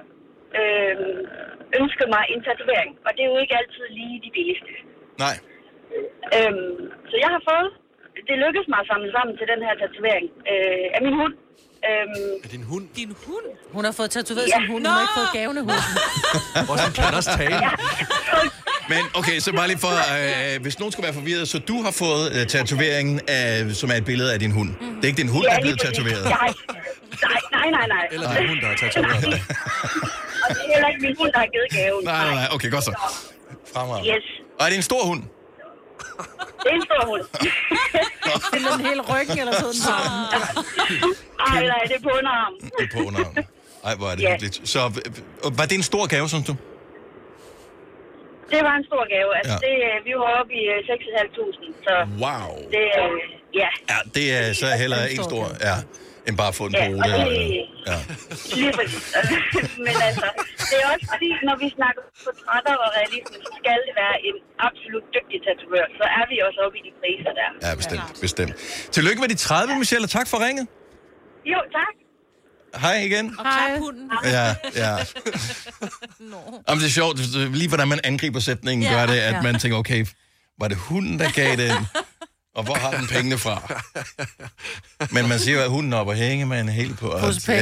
ønsker mig en tatovering, og det er jo ikke altid lige de billigste. Nej. Så jeg har fået, det lykkedes mig at samle sammen til den her tatovering af min hund. Er din hund? Din hund? Hun har fået tatoveret sin hund, hun har ikke fået gavene hunden. Hvor den kan også tale. Men okay, så bare lige for, hvis nogen skulle være forvirret, så du har fået tatoveringen, som er et billede af din hund. Det er ikke din hund, der er blevet tatoveret. Nej. Eller din hund, der er tatoveret. Og det er heller ikke min hund, der har givet gaven. Nej, okay, godt så. Fremragende. Yes. Og er det en stor hund? Det er en stor hund. Det er en hel ryggen, eller sådan sammen. Nej, det er på underarm. Det er på underarm. Ej, hvor er det hyggeligt. Så var det en stor gave, synes du? Det var en stor gave. Altså, Ja. vi var oppe i 6.500, så... Wow. Det, ja. Ja, det er så heller en stor, end bare at få en Ja, pole. og det- Ja. Lige præcis. Men altså, det er også fordi, når vi snakker portrætter og realisme, så skal det være en absolut dygtig tatovør. Så er vi også oppe i de priser der. Ja, bestemt. Tillykke med de 30, Michelle, og tak for ringet. Jo, tak. Hej igen. Og klap hunden. Ja. Jamen, det er sjovt, lige hvordan man angriber sætningen, gør det, at man tænker, okay, var det hunden, der gav den? Og hvor har den pengene fra? Men man siger jo, at hunden er oppe og hænge med en hel på.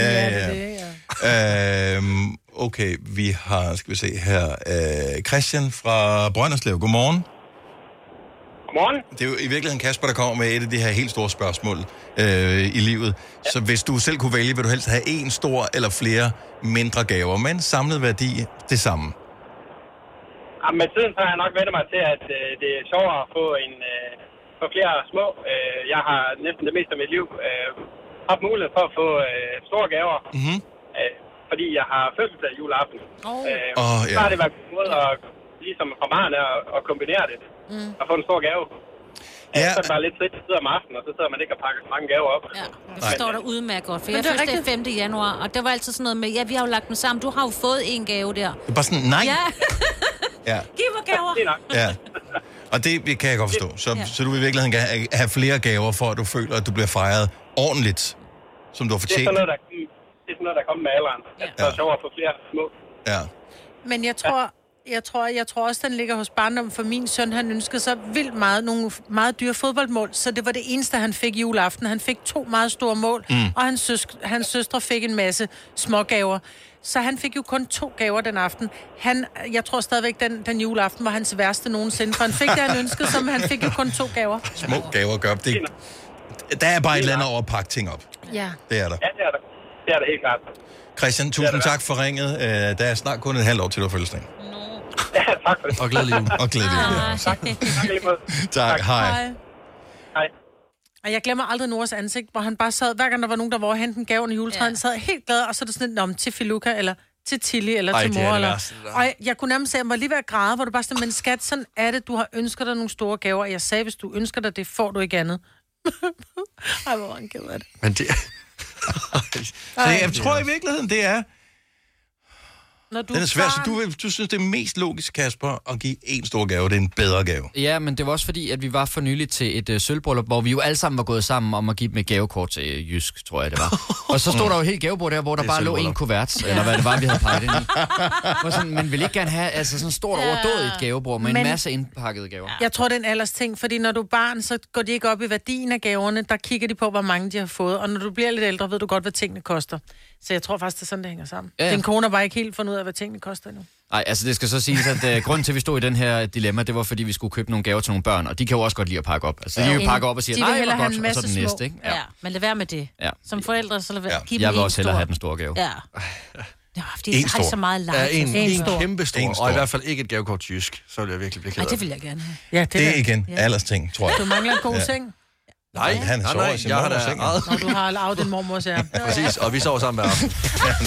Okay, vi har, skal vi se her, Christian fra Brønderslev. Godmorgen. Godmorgen. Det er jo i virkeligheden Kasper, der kommer med et af de her helt store spørgsmål i livet. Så hvis du selv kunne vælge, vil du helst have en stor eller flere mindre gaver, men samlet værdi det samme? Ja, med tiden så har jeg nok vendt mig til, at det er sjovere at få flere små. Jeg har næsten det meste af mit liv haft mulighed for at få store gaver, fordi jeg har fødselsdag juleaften. Så har det været en måde at, ligesom fra barn at kombinere det og få en stor gave. Ja. Så er det bare lidt trist at sidde om aftenen, og så sidder man ikke og pakker så mange gaver op. Ja, det forstår dig udmærket godt, for jeg fødselsdag 5. januar, og det var altid sådan noget med, ja, vi har jo lagt dem sammen, du har jo fået en gave der. Det er bare sådan, nej. Ja. Giv mig gaver. Ja. Og det kan jeg godt forstå. Så du vil i virkeligheden have flere gaver, for at du føler, at du bliver fejret ordentligt, som du har fortjent. Det er sådan noget, der kommer med alderen. Det er sjovere at få flere små. Ja. Men jeg tror også, den ligger hos barndommen, for min søn, han ønskede sig vildt meget, nogle meget dyre fodboldmål, så det var det eneste, han fik juleaften. Han fik 2 meget store mål, og hans søstre fik en masse smågaver. Så han fik jo kun 2 gaver den aften. Jeg tror stadigvæk, den juleaften var hans værste nogensinde, for han fik det, han ønskede, som han fik jo kun 2 gaver. Små gaver gør det. Der er bare et eller andet over at pakke ting op. Ja. Det er der. Ja, det er der. Det er der helt klart. Christian, tusind tak for ringet. Der er snart kun et halvt år til, du har fødselsdag. Ja, tak for det. Og glædelig jul. Og glædelig jul. Tak. Hej. Hej. Og jeg glemmer aldrig Noras ansigt, hvor han bare sad, hver gang der var nogen, der var over hente en gave under juletræet, han sad helt glad, og så er det sådan, om til Filuka, eller til Tilly, eller til mor. Og jeg kunne nærmest sige, at jeg var lige ved at græde, hvor du bare sådan, men skat, sådan er det, du har ønsket dig nogle store gaver, og jeg sagde, hvis du ønsker dig det, får du ikke andet. Ej, hvor var han ked af det. Men det... Så jeg tror i virkeligheden, det er... Den er svær, så du synes, det er mest logisk, Kasper, at give en stor gave. Det er en bedre gave. Ja, men det var også fordi, at vi var for nylig til et sølvbryllup, hvor vi jo alle sammen var gået sammen om at give dem et gavekort til Jysk, tror jeg det var. Og så stod der jo helt gavebord der, hvor der bare lå en kuvert, eller hvad det var, vi havde pakket ind i. Sådan, men vil ikke gerne have sådan stort overdådigt gavebord med en masse indpakkede gaver. Jeg tror, det er en aldersting, fordi når du er barn, så går de ikke op i værdien af gaverne. Der kigger de på, hvor mange de har fået. Og når du bliver lidt ældre, ved du godt, hvad tingene koster. Så jeg tror faktisk, det er sådan, det hænger sammen. Ja. Din kone har bare ikke helt fundet ud af, hvad tingene koster endnu. Nej, altså det skal så siges, at grunden til, at vi stod i den her dilemma, det var, fordi vi skulle købe nogle gaver til nogle børn, og de kan jo også godt lide at pakke op. Altså de vil pakke op og sige, nej, hvor godt, og så den næste, ikke? Ja, men lad være med det. Ja. Som forældre, så lad være. Ja. Jeg vil også hellere have den store gave. Ja. Ja, fordi har så meget leje. Ja, en kæmpe stor, og i hvert fald ikke et gavekort til Jysk, så vil jeg virkelig blive ked af. Nej, det vil jeg gerne have. Ja, det er igen aldersting, tror jeg. Du mangler en god seng. Nej, han sover i sin mormors seng. Når du har lavet din mormors, ja. Præcis, og vi sover sammen hver aften.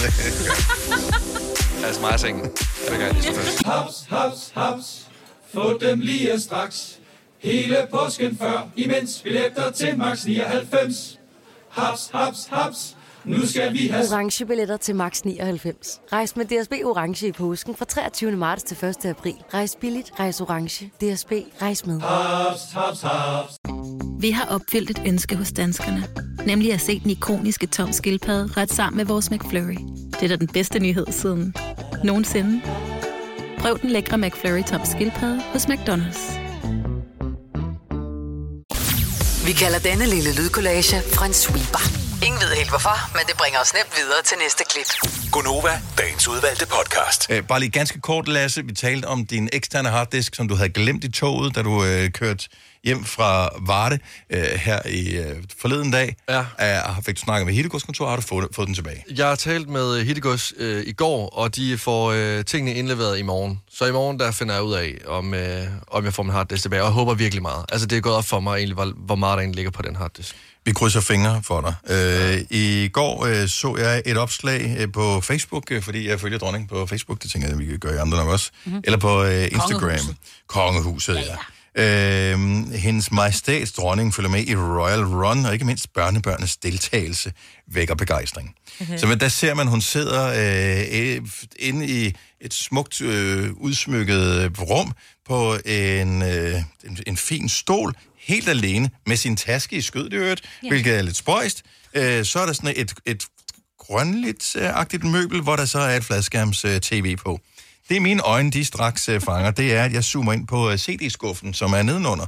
Altså mig i sengen. Det kan jeg lige så først. Haps, haps, haps. Få dem lige straks. Hele påsken før, imens billetter til max 99. Haps, haps, haps. Nu skal vi have orange billetter til max 99. Rejs med DSB orange i påsken fra 23. marts til 1. april. Rejs billigt, rejs orange. DSB, rejs med. haps, haps, haps. Vi har opfyldt et ønske hos danskerne. Nemlig at se den ikoniske Tom Skildpadde ret sammen med vores McFlurry. Det er da den bedste nyhed siden nogensinde. Prøv den lækre McFlurry Tom Skildpadde hos McDonald's. Vi kalder denne lille lydkollage en sweeper. Ingen ved helt hvorfor, men det bringer os nemt videre til næste klip. Gonova, dagens udvalgte podcast. Bare lige ganske kort, Lasse. Vi talte om din eksterne harddisk, som du havde glemt i toget, da du kørte hjem fra Varde her i forleden dag. Ja. Fik du snakket med Hittegods kontor, har du fået den tilbage? Jeg har talt med Hittegods i går, og de får tingene indleveret i morgen. Så i morgen, der finder jeg ud af, om jeg får min harddisk tilbage, og jeg håber virkelig meget. Altså, det er gået op for mig egentlig, hvor meget der egentlig ligger på den harddisk. Vi krydser fingre for dig. I går så jeg et opslag på Facebook, fordi jeg følger dronningen på Facebook. Det tænker jeg, vi kan gøre i andre nok også. Eller på Instagram. Kongehuset, ja. Hendes majestæts dronning følger med i Royal Run, og ikke mindst børnebørnenes deltagelse vækker begejstring. Så der ser man, hun sidder inde i et smukt udsmykket rum på en fin stol, helt alene, med sin taske i skødet, hvilket er lidt spøjst. Så er der sådan et grønligt-agtigt møbel, hvor der så er et fladskærms-tv på. Det mine øjne, de straks fanger, det er, at jeg zoomer ind på CD-skuffen, som er nedenunder.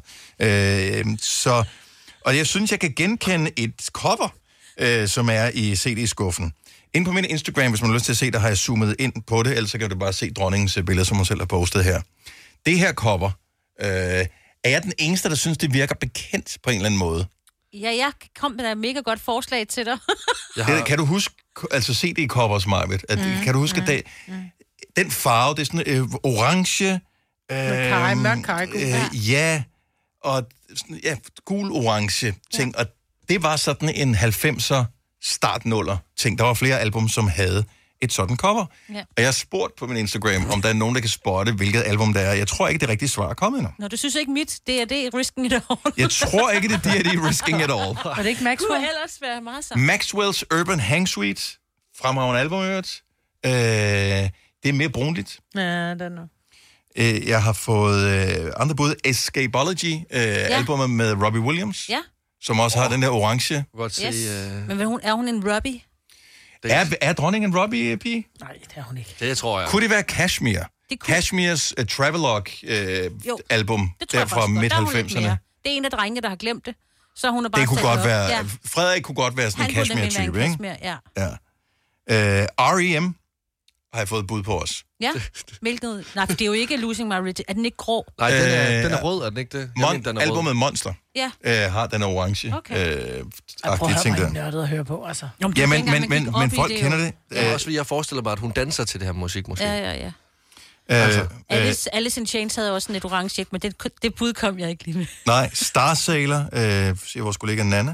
Og jeg synes, jeg kan genkende et cover, som er i CD-skuffen. Ind på min Instagram, hvis man har lyst til at se, der har jeg zoomet ind på det, ellers så kan du bare se dronningens billeder, som hun selv har postet her. Det her cover, er jeg den eneste, der synes, det virker bekendt på en eller anden måde? Ja, jeg kom med et mega godt forslag til dig. Kan du huske, altså CD-covers, Majbet? Kan du huske, at den farve, det er sådan orange... mørk karregul. Ja, og sådan, gul-orange ting. Og det var sådan en 90'er start-nuller ting. Der var flere album, som havde et sådan cover. Ja. Og jeg har spurgt på min Instagram, om der er nogen, der kan spotte, hvilket album det er. Jeg tror ikke, det rigtige svar er kommet endnu. Nå, du synes ikke mit, det er Risking It All. Jeg tror ikke, det er D&D Risking It All. Var det ikke Maxwell? Du har ellers været meget sammen. Maxwell's Urban Hang Suite. Fremragende album, det er mere brunligt. Ja, det er nok. Jeg har fået andre bud. Escapology, albumet med Robbie Williams. Ja. Som også har den der orange. Men er hun en Robbie? Er dronningen en Robbie-pige? Nej, det er hun ikke. Det tror jeg. Kunne det være Kashmir? Kashmirs Travelogue-album, der fra midt-90'erne. Det er en af drengene, der har glemt det. Så hun er bare det kunne godt være... Ja. Frederik kunne godt være sådan en Kashmir-type, ikke? Ja. R.E.M. har jeg fået bud på os. Ja, hvilket... Nej, for det er jo ikke Losing My Religion. Er den ikke grå? Nej, den er rød, er den ikke det? Albumet Monster har den orange agtige ting der. Nørdet at høre på, altså. Ja, men folk kender det. Ja, også fordi jeg forestiller mig, at hun danser til det her musik måske. Ja. Alice in Chains havde også en et orange men det bud kom jeg ikke lige med. Nej, Star Sailor, siger vores kollega Nana.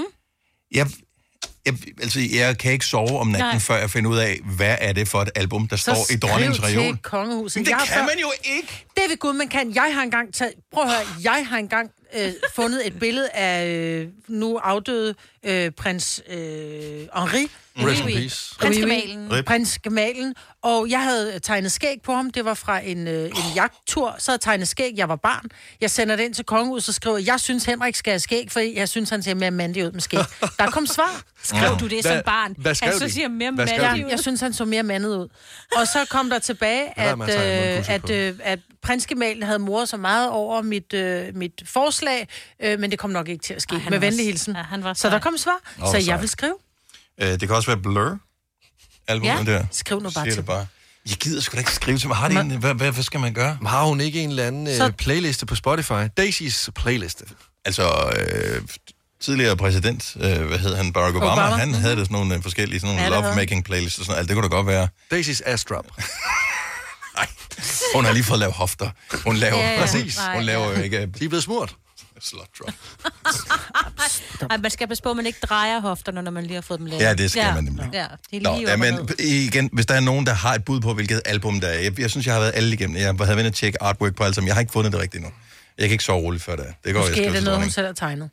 Jeg kan ikke sove om natten, før jeg finder ud af, hvad er det for et album, der står i dronningens reol. Så skriv til kongehuset. Men det kan man jo ikke! Det ved Gud, man kan. Jeg har engang fundet et billede af nu afdøde prins Henri. Rest in peace. Prins Gemalen. Og jeg havde tegnet skæg på ham. Det var fra en jagttur. Så havde jeg tegnet skæg. Jeg var barn. Jeg sender det ind til kongehuset og skriver, jeg synes Henrik skal have skæg, fordi jeg synes, han ser mere mandig ud med skæg. Der kom svar. Skrev du det som barn? Hvad skrev han så siger mere mandig ud. Jeg synes, han så mere mandet ud. Og så kom der tilbage, at prins Gemalen havde moret så meget over mit forslag, men det kom nok ikke til at ske. Med venlig hilsen. Så der kom svar. Så jeg vil skrive. Det kan også være Blur. Albumet der. Skriv nu bare til. Jeg gider sgu da ikke skrive til mig. Har de hvad skal man gøre? Har hun ikke en eller anden playliste på Spotify? Daisys playliste. Altså, tidligere præsident, hvad hed han? Barack Obama. Han havde der sådan nogle forskellige sådan nogle love-making playlists og sådan noget. Det kunne da godt være. Daisys ass drop. Nej, hun har lige fået lavet hofter. Hun laver, præcis. Hun laver jo ikke... De er blevet smurt. Slot drop. Man skal passe på, at man ikke drejer hofterne, når man lige har fået dem lavet. Ja, det skal man nemlig. Ja, det er lige men igen, hvis der er nogen, der har et bud på, hvilket album der er. Jeg synes, jeg har været alle igennem. Jeg havde været inde og tjekke artwork på alt sammen. Jeg har ikke fundet det rigtigt endnu. Jeg kan ikke sove roligt før det. Det går, måske er det noget, hun selv har tegnet.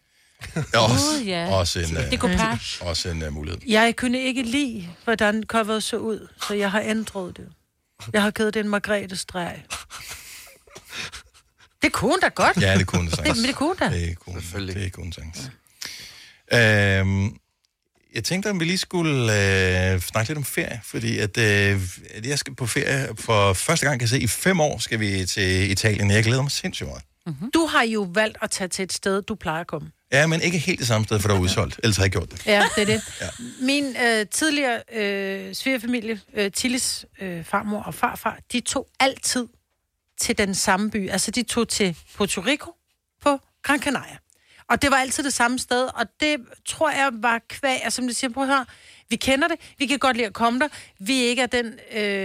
Også en mulighed. Jeg kunne ikke lide, hvordan coveret så ud, så jeg har ændret det. Jeg har givet det en Margrethe-streg. Det kunne hun da godt. Ja, det kunne sagtens. Men det kunne da. Det kunne sagtens. Jeg tænkte, om vi lige skulle snakke lidt om ferie, fordi at jeg skal på ferie for første gang, kan jeg se, i 5 år skal vi til Italien. Jeg glæder mig sindssygt meget. Du har jo valgt at tage til et sted, du plejer at komme. Ja, men ikke helt det samme sted, for der er udsolgt. Ellers har jeg gjort det. Ja, det er det. Ja. Min tidligere svigerfamilie, Tillis farmor og farfar, de tog altid til den samme by. Altså, de tog til Puerto Rico på Gran Canaria. Og det var altid det samme sted, og det tror jeg var kvæg, altså som de siger, prøv her, vi kender det, vi kan godt lide at komme der, vi er ikke af den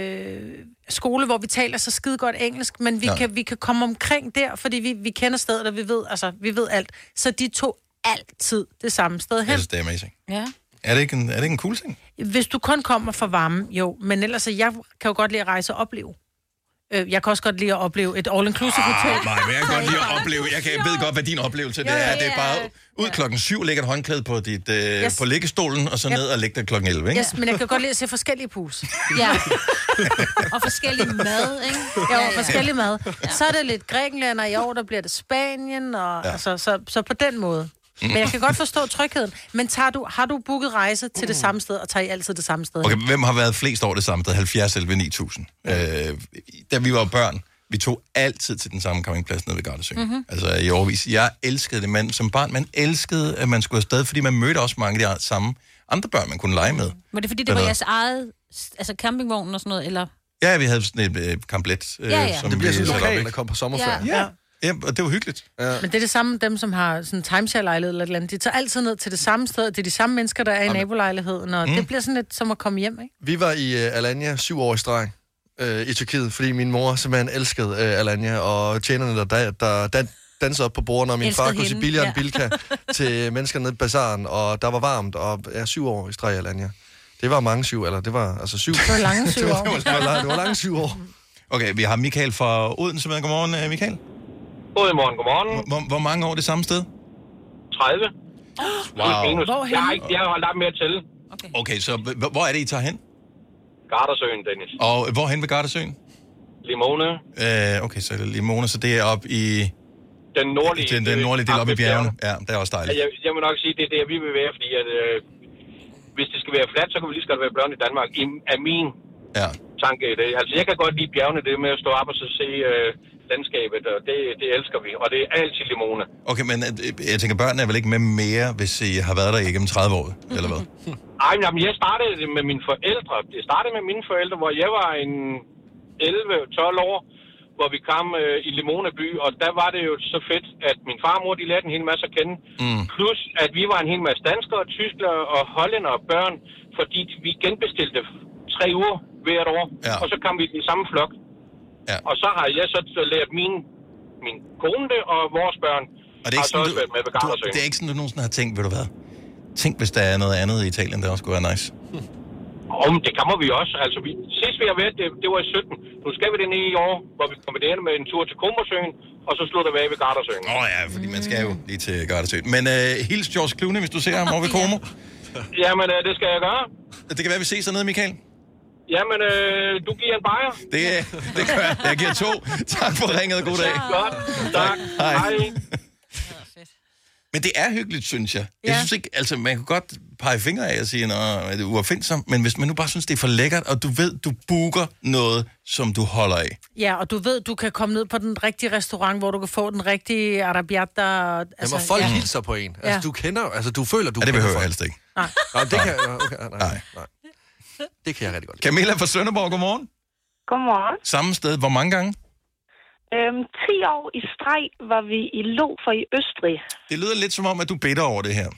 skole, hvor vi taler så skide godt engelsk, men vi kan komme omkring der, fordi vi kender stedet, og vi ved alt. Så de tog altid det samme sted hen. Jeg synes, det er amazing. Ja. Er det ikke en cool ting? Hvis du kun kommer for varme, jo, men ellers, jeg kan jo godt lide at rejse og opleve. Jeg kan også godt lide at opleve et all-inclusive hotel. Nej, men jeg kan godt lide at opleve. Jeg ved godt, hvad din oplevelse det er. Det er bare ud klokken 7, lægger et håndklæde på på liggestolen, og så ned og lægger det klokken 11, ikke? Yes, men jeg kan godt lide at se forskellige pus. Ja. Og forskellig mad, ikke? Ja, forskellig mad. Så er det lidt Grækenland, og i år, der bliver det Spanien, og så på den måde. Men jeg kan godt forstå trygheden. Men har du booket rejse til det samme sted, og tager I altid det samme sted? Okay, hvem har været flest år det samme sted? 70 eller 9000. Da vi var børn, vi tog altid til den samme campingplads nede ved Gardasøen. Mm-hmm. Altså i årevis. Jeg elskede det. Som barn, man elskede, at man skulle afsted, fordi man mødte også mange af de samme andre børn, man kunne lege med. Var det fordi, det var jeres eget, altså campingvognen og sådan noget, eller? Ja, vi havde sådan et kamplet. Som det bliver sådan lokalt, der kom på sommerferie. Ja, og det var hyggeligt. Ja. Men det er det samme, dem som har sådan en timeshare-lejlighed eller et eller andet. De tager altid ned til det samme sted. Det er de samme mennesker, der er i nabolejligheden, og det bliver sådan lidt som at komme hjem, ikke? Vi var i Alanya 7 år i streg i Tyrkiet, fordi min mor simpelthen elskede Alanya, og tjenerne, der dansede op på bordene, og min far kunne sige billigere en bilka til mennesker nede i bazaren, og der var varmt, og 7 år i streg i Alanya. Det var mange 7, eller det var altså 7. Det var lange 7 år. Det var lange 7 år. Okay, vi har Michael fra Odense med. Godmorgen, Michael. Godmorgen. Hvor mange år det samme sted? 30. Wow. Jeg har holdt op med at tælle. Okay, så hvor er det, I tager hen? Gardasøen, Dennis. Og hvorhen ved Gardasøen? Limone. Okay, så Limone, så det er op i... Den nordlige del op i bjergene. Ja, det er også dejligt. Jeg må nok sige, det er det, vi vil være, fordi at, hvis det skal være fladt, så kan vi lige skal være blødt i Danmark. Af min tanke. Altså, jeg kan godt lide bjergene, det med at stå op og så se landskabet, og det elsker vi. Og det er altid Limone. Okay, men jeg tænker, børnene er vel ikke med mere, hvis I har været der igennem 30 år, eller hvad? Ej, men jeg startede med mine forældre. Det startede med mine forældre, hvor jeg var en 11-12 år, hvor vi kom i Limone by, og der var det jo så fedt, at min far og mor, de lærte en hel masse at kende. Plus, at vi var en hel masse danskere, tyskere og hollændere og børn, fordi vi genbestilte 3 uger hvert år, og så kom vi i den samme flok. Ja. Og så har jeg så lært min kone det, og vores børn og det er ikke sådan, været med ved Gardasøen. Det er ikke sådan, du nogensinde har tænkt, ved du hvad? Tænk, hvis der er noget andet i Italien, der også kunne være nice. Det kommer vi også. Altså, sidst vi har været, det var i 17. Nu skal vi det ned i år, hvor vi kommer derinde med en tur til Komersøen, og så slutter vi af ved Gardasøen. Ja, fordi man skal jo lige til Gardasøen. Men hils George Clooney, hvis du ser ham over ved Como. Jamen, det skal jeg gøre. Det kan være, vi ses dernede, Michael. Jamen, du giver en bajer. Det gør jeg. Jeg giver 2. Tak for ringet. God dag. Godt. Tak. Hej. Men det er hyggeligt, synes jeg. Jeg synes ikke, altså man kan godt pege fingre af og sige, at det er uopfindsomt, men hvis man nu bare synes, det er for lækkert, og du ved, du booker noget, som du holder af. Ja, og du ved, du kan komme ned på den rigtige restaurant, hvor du kan få den rigtige arrabbiata. Altså, hvor folk hilser på en. Altså, du kender, altså du føler, du kender. Det behøver jeg helst ikke. Nej. Det kan nej. Det kan jeg rigtig godt lide. Camilla fra Sønderborg, godmorgen. Godmorgen. Samme sted, hvor mange gange? 10 år i streg var vi i Lofer i Østrig. Det lyder lidt som om, at du er bitter over det her.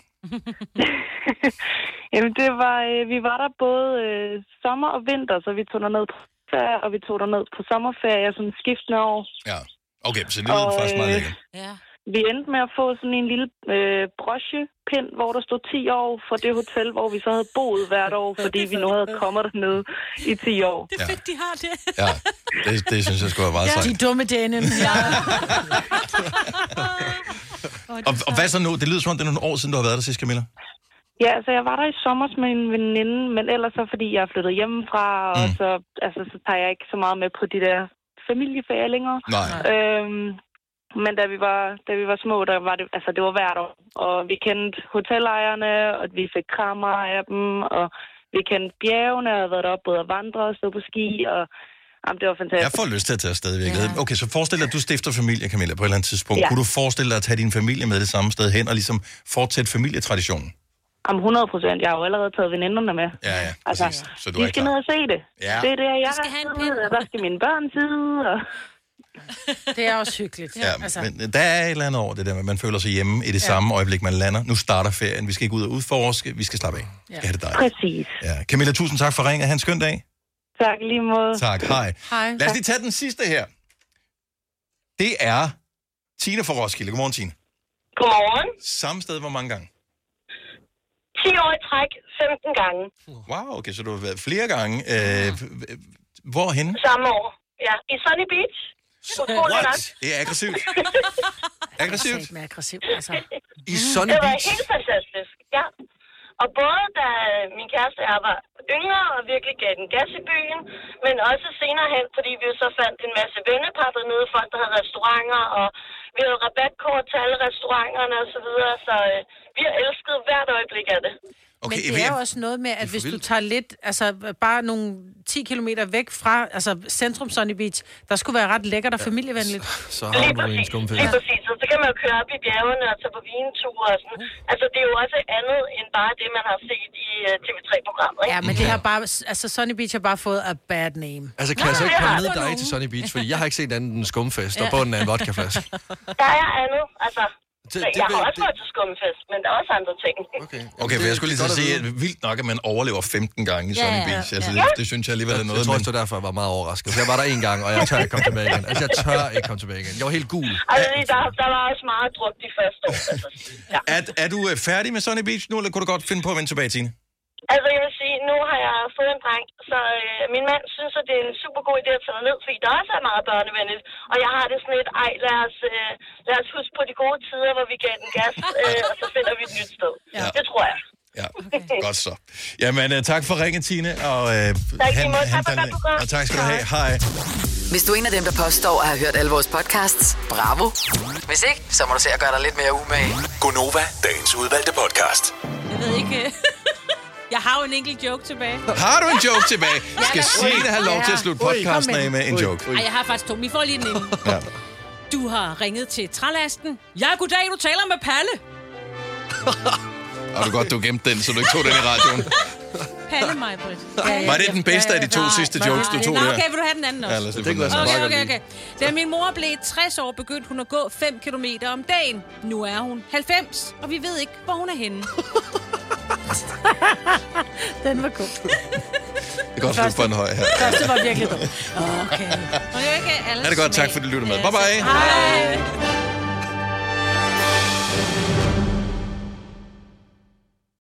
Jamen, det var, vi var der både sommer og vinter, så vi tog derned på ferie, og vi tog derned på sommerferie, sådan skiftende år. Ja, okay, så det lyder faktisk meget lækkert. Ja. Vi endte med at få sådan en lille brochepind, hvor der stod 10 år for det hotel, hvor vi så havde boet hvert år, fordi vi nu havde kommet dernede i 10 år. Det er fedt, de har det. Ja, det synes jeg skulle være meget sejt. De dumme Daniel. Ja. Og hvad så nu? Det lyder som om, det er nogle år siden, du har været der sidst, Camilla. Ja, altså jeg var der i sommer med en veninde, men ellers så fordi jeg er flyttet hjemmefra, og så tager jeg ikke så meget med på de der familieferier længere. Nej. Men da vi var små, der var det, altså det var hvert år, og vi kendte hotellejerne, og vi fik krammer af dem, og vi kendte bjergene, og havde været deroppe både at vandre og stå på ski, Jamen, det var fantastisk. Jeg får lyst til at tage afsted i virkeligheden. Okay, så forestil dig, at du stifter familie, Camilla, på et eller andet tidspunkt. Ja. Kunne du forestille dig at tage din familie med det samme sted hen og ligesom fortsætte familietraditionen? Om 100%. Jeg har jo allerede taget veninderne med. Ja, altså, så du de er skal klar. ned og se det. Ja. Det er det, jeg skal have en pind. Der skal mine børn sidde. Og... Det er også hyggeligt. Ja, men der er et eller andet over det der, at man føler sig hjemme i det samme øjeblik, man lander. Nu starter ferien. Vi skal ikke ud og udforske. Vi skal slappe af. Vi skal have det dejligt. Præcis. Ja. Camilla, tusind tak for ringet. Ha' en skøn dag. Tak lige måde. Tak. Hej. Hej. Lad os lige tage den sidste her. Det er Tine fra Roskilde. Godmorgen, Tine. Godmorgen. Samme sted, hvor mange gange? 10 år i træk, 15 gange. Wow, okay, så du har været flere gange. Hvorhenne? Samme år. Ja, i Sunny Beach. What? Det er aggressivt. Aggressivt? Med aggressivt, altså. I Sunny Det var Beach? helt fantastisk, ja. Og både da min kæreste og jeg var yngre og virkelig gav den gas i byen, men også senere hen, fordi vi jo så fandt en masse vennepar dernede, folk der havde restauranter, og vi havde rabatkort til alle restauranterne og så videre, så vi har elsket hvert øjeblik af det. Okay, men det er jo også noget med, at hvis du tager lidt, altså bare nogle 10 kilometer væk fra, altså centrum Sunny Beach, der skulle være ret lækkert og familievenligt. Så har du en skumfest. Lige præcis, og så kan man jo køre op i bjergene og tage på vineture og sådan. Altså, det er jo også andet end bare det, man har set i TV3-programmet, ikke? Ja, men det har bare, altså Sunny Beach har bare fået a bad name. Altså, kan jeg så ikke komme ned dig til Sunny Beach, fordi jeg har ikke set andet end en skumfest og bunden af en vodkaflaske. Der er andet, altså. Jeg har også været til skummefest, men der er også andre ting. Okay, for jeg skulle lige så sige, at vildt nok, at man overlever 15 gange i Sunny Beach. Altså, det synes jeg alligevel er noget. Jeg tror også, det var derfor, jeg var meget overrasket. Jeg var der en gang, og jeg tør ikke komme tilbage igen. Altså, jeg tør ikke komme tilbage igen. Jeg var helt gul. Altså, der var også meget druk de første år. Altså, ja. Er du færdig med Sunny Beach nu, eller kunne du godt finde på at vende tilbage, Tine? Altså, jeg vil sige, nu har jeg fået en dreng, så min mand synes, at det er en super god idé at tage ned, fordi der også er meget børnevenligt. Og jeg har det sådan et, lad os huske på de gode tider, hvor vi gav den gas, og så finder vi et nyt sted. Ja. Det tror jeg. Ja, godt så. Jamen, tak for ringen, Tine, og tak skal du have. Hej. Hvis du er en af dem, der påstår at have hørt alle vores podcasts, bravo. Hvis ikke, så må du se at gøre dig lidt mere umage. Gonova, dagens udvalgte podcast. Jeg ved ikke... Jeg har jo en enkelt joke tilbage. Har du en joke tilbage? Skal Signe have lov til at slutte podcasten af med en joke? Ej, jeg har faktisk to. Vi får lige den ene. Ja. Du har ringet til trælasten. Ja, goddag, du taler med Palle. Og du godt, du gemte den, så du ikke tog den i radioen. Palle mig, Britt. Var det den bedste af de to sidste jokes, du tog der? Okay, vil du have den anden også? Ja, lad os lige få den anden. Okay. Da min mor blev 60 år, begyndte hun at gå 5 kilometer om dagen. Nu er hun 90, og vi ved ikke, hvor hun er henne. Den var god. Det er godt slutte på en høj her. Første var virkelig dum. Okay. Ha' det godt, tak fordi du lyttede med. Bye bye. Hej.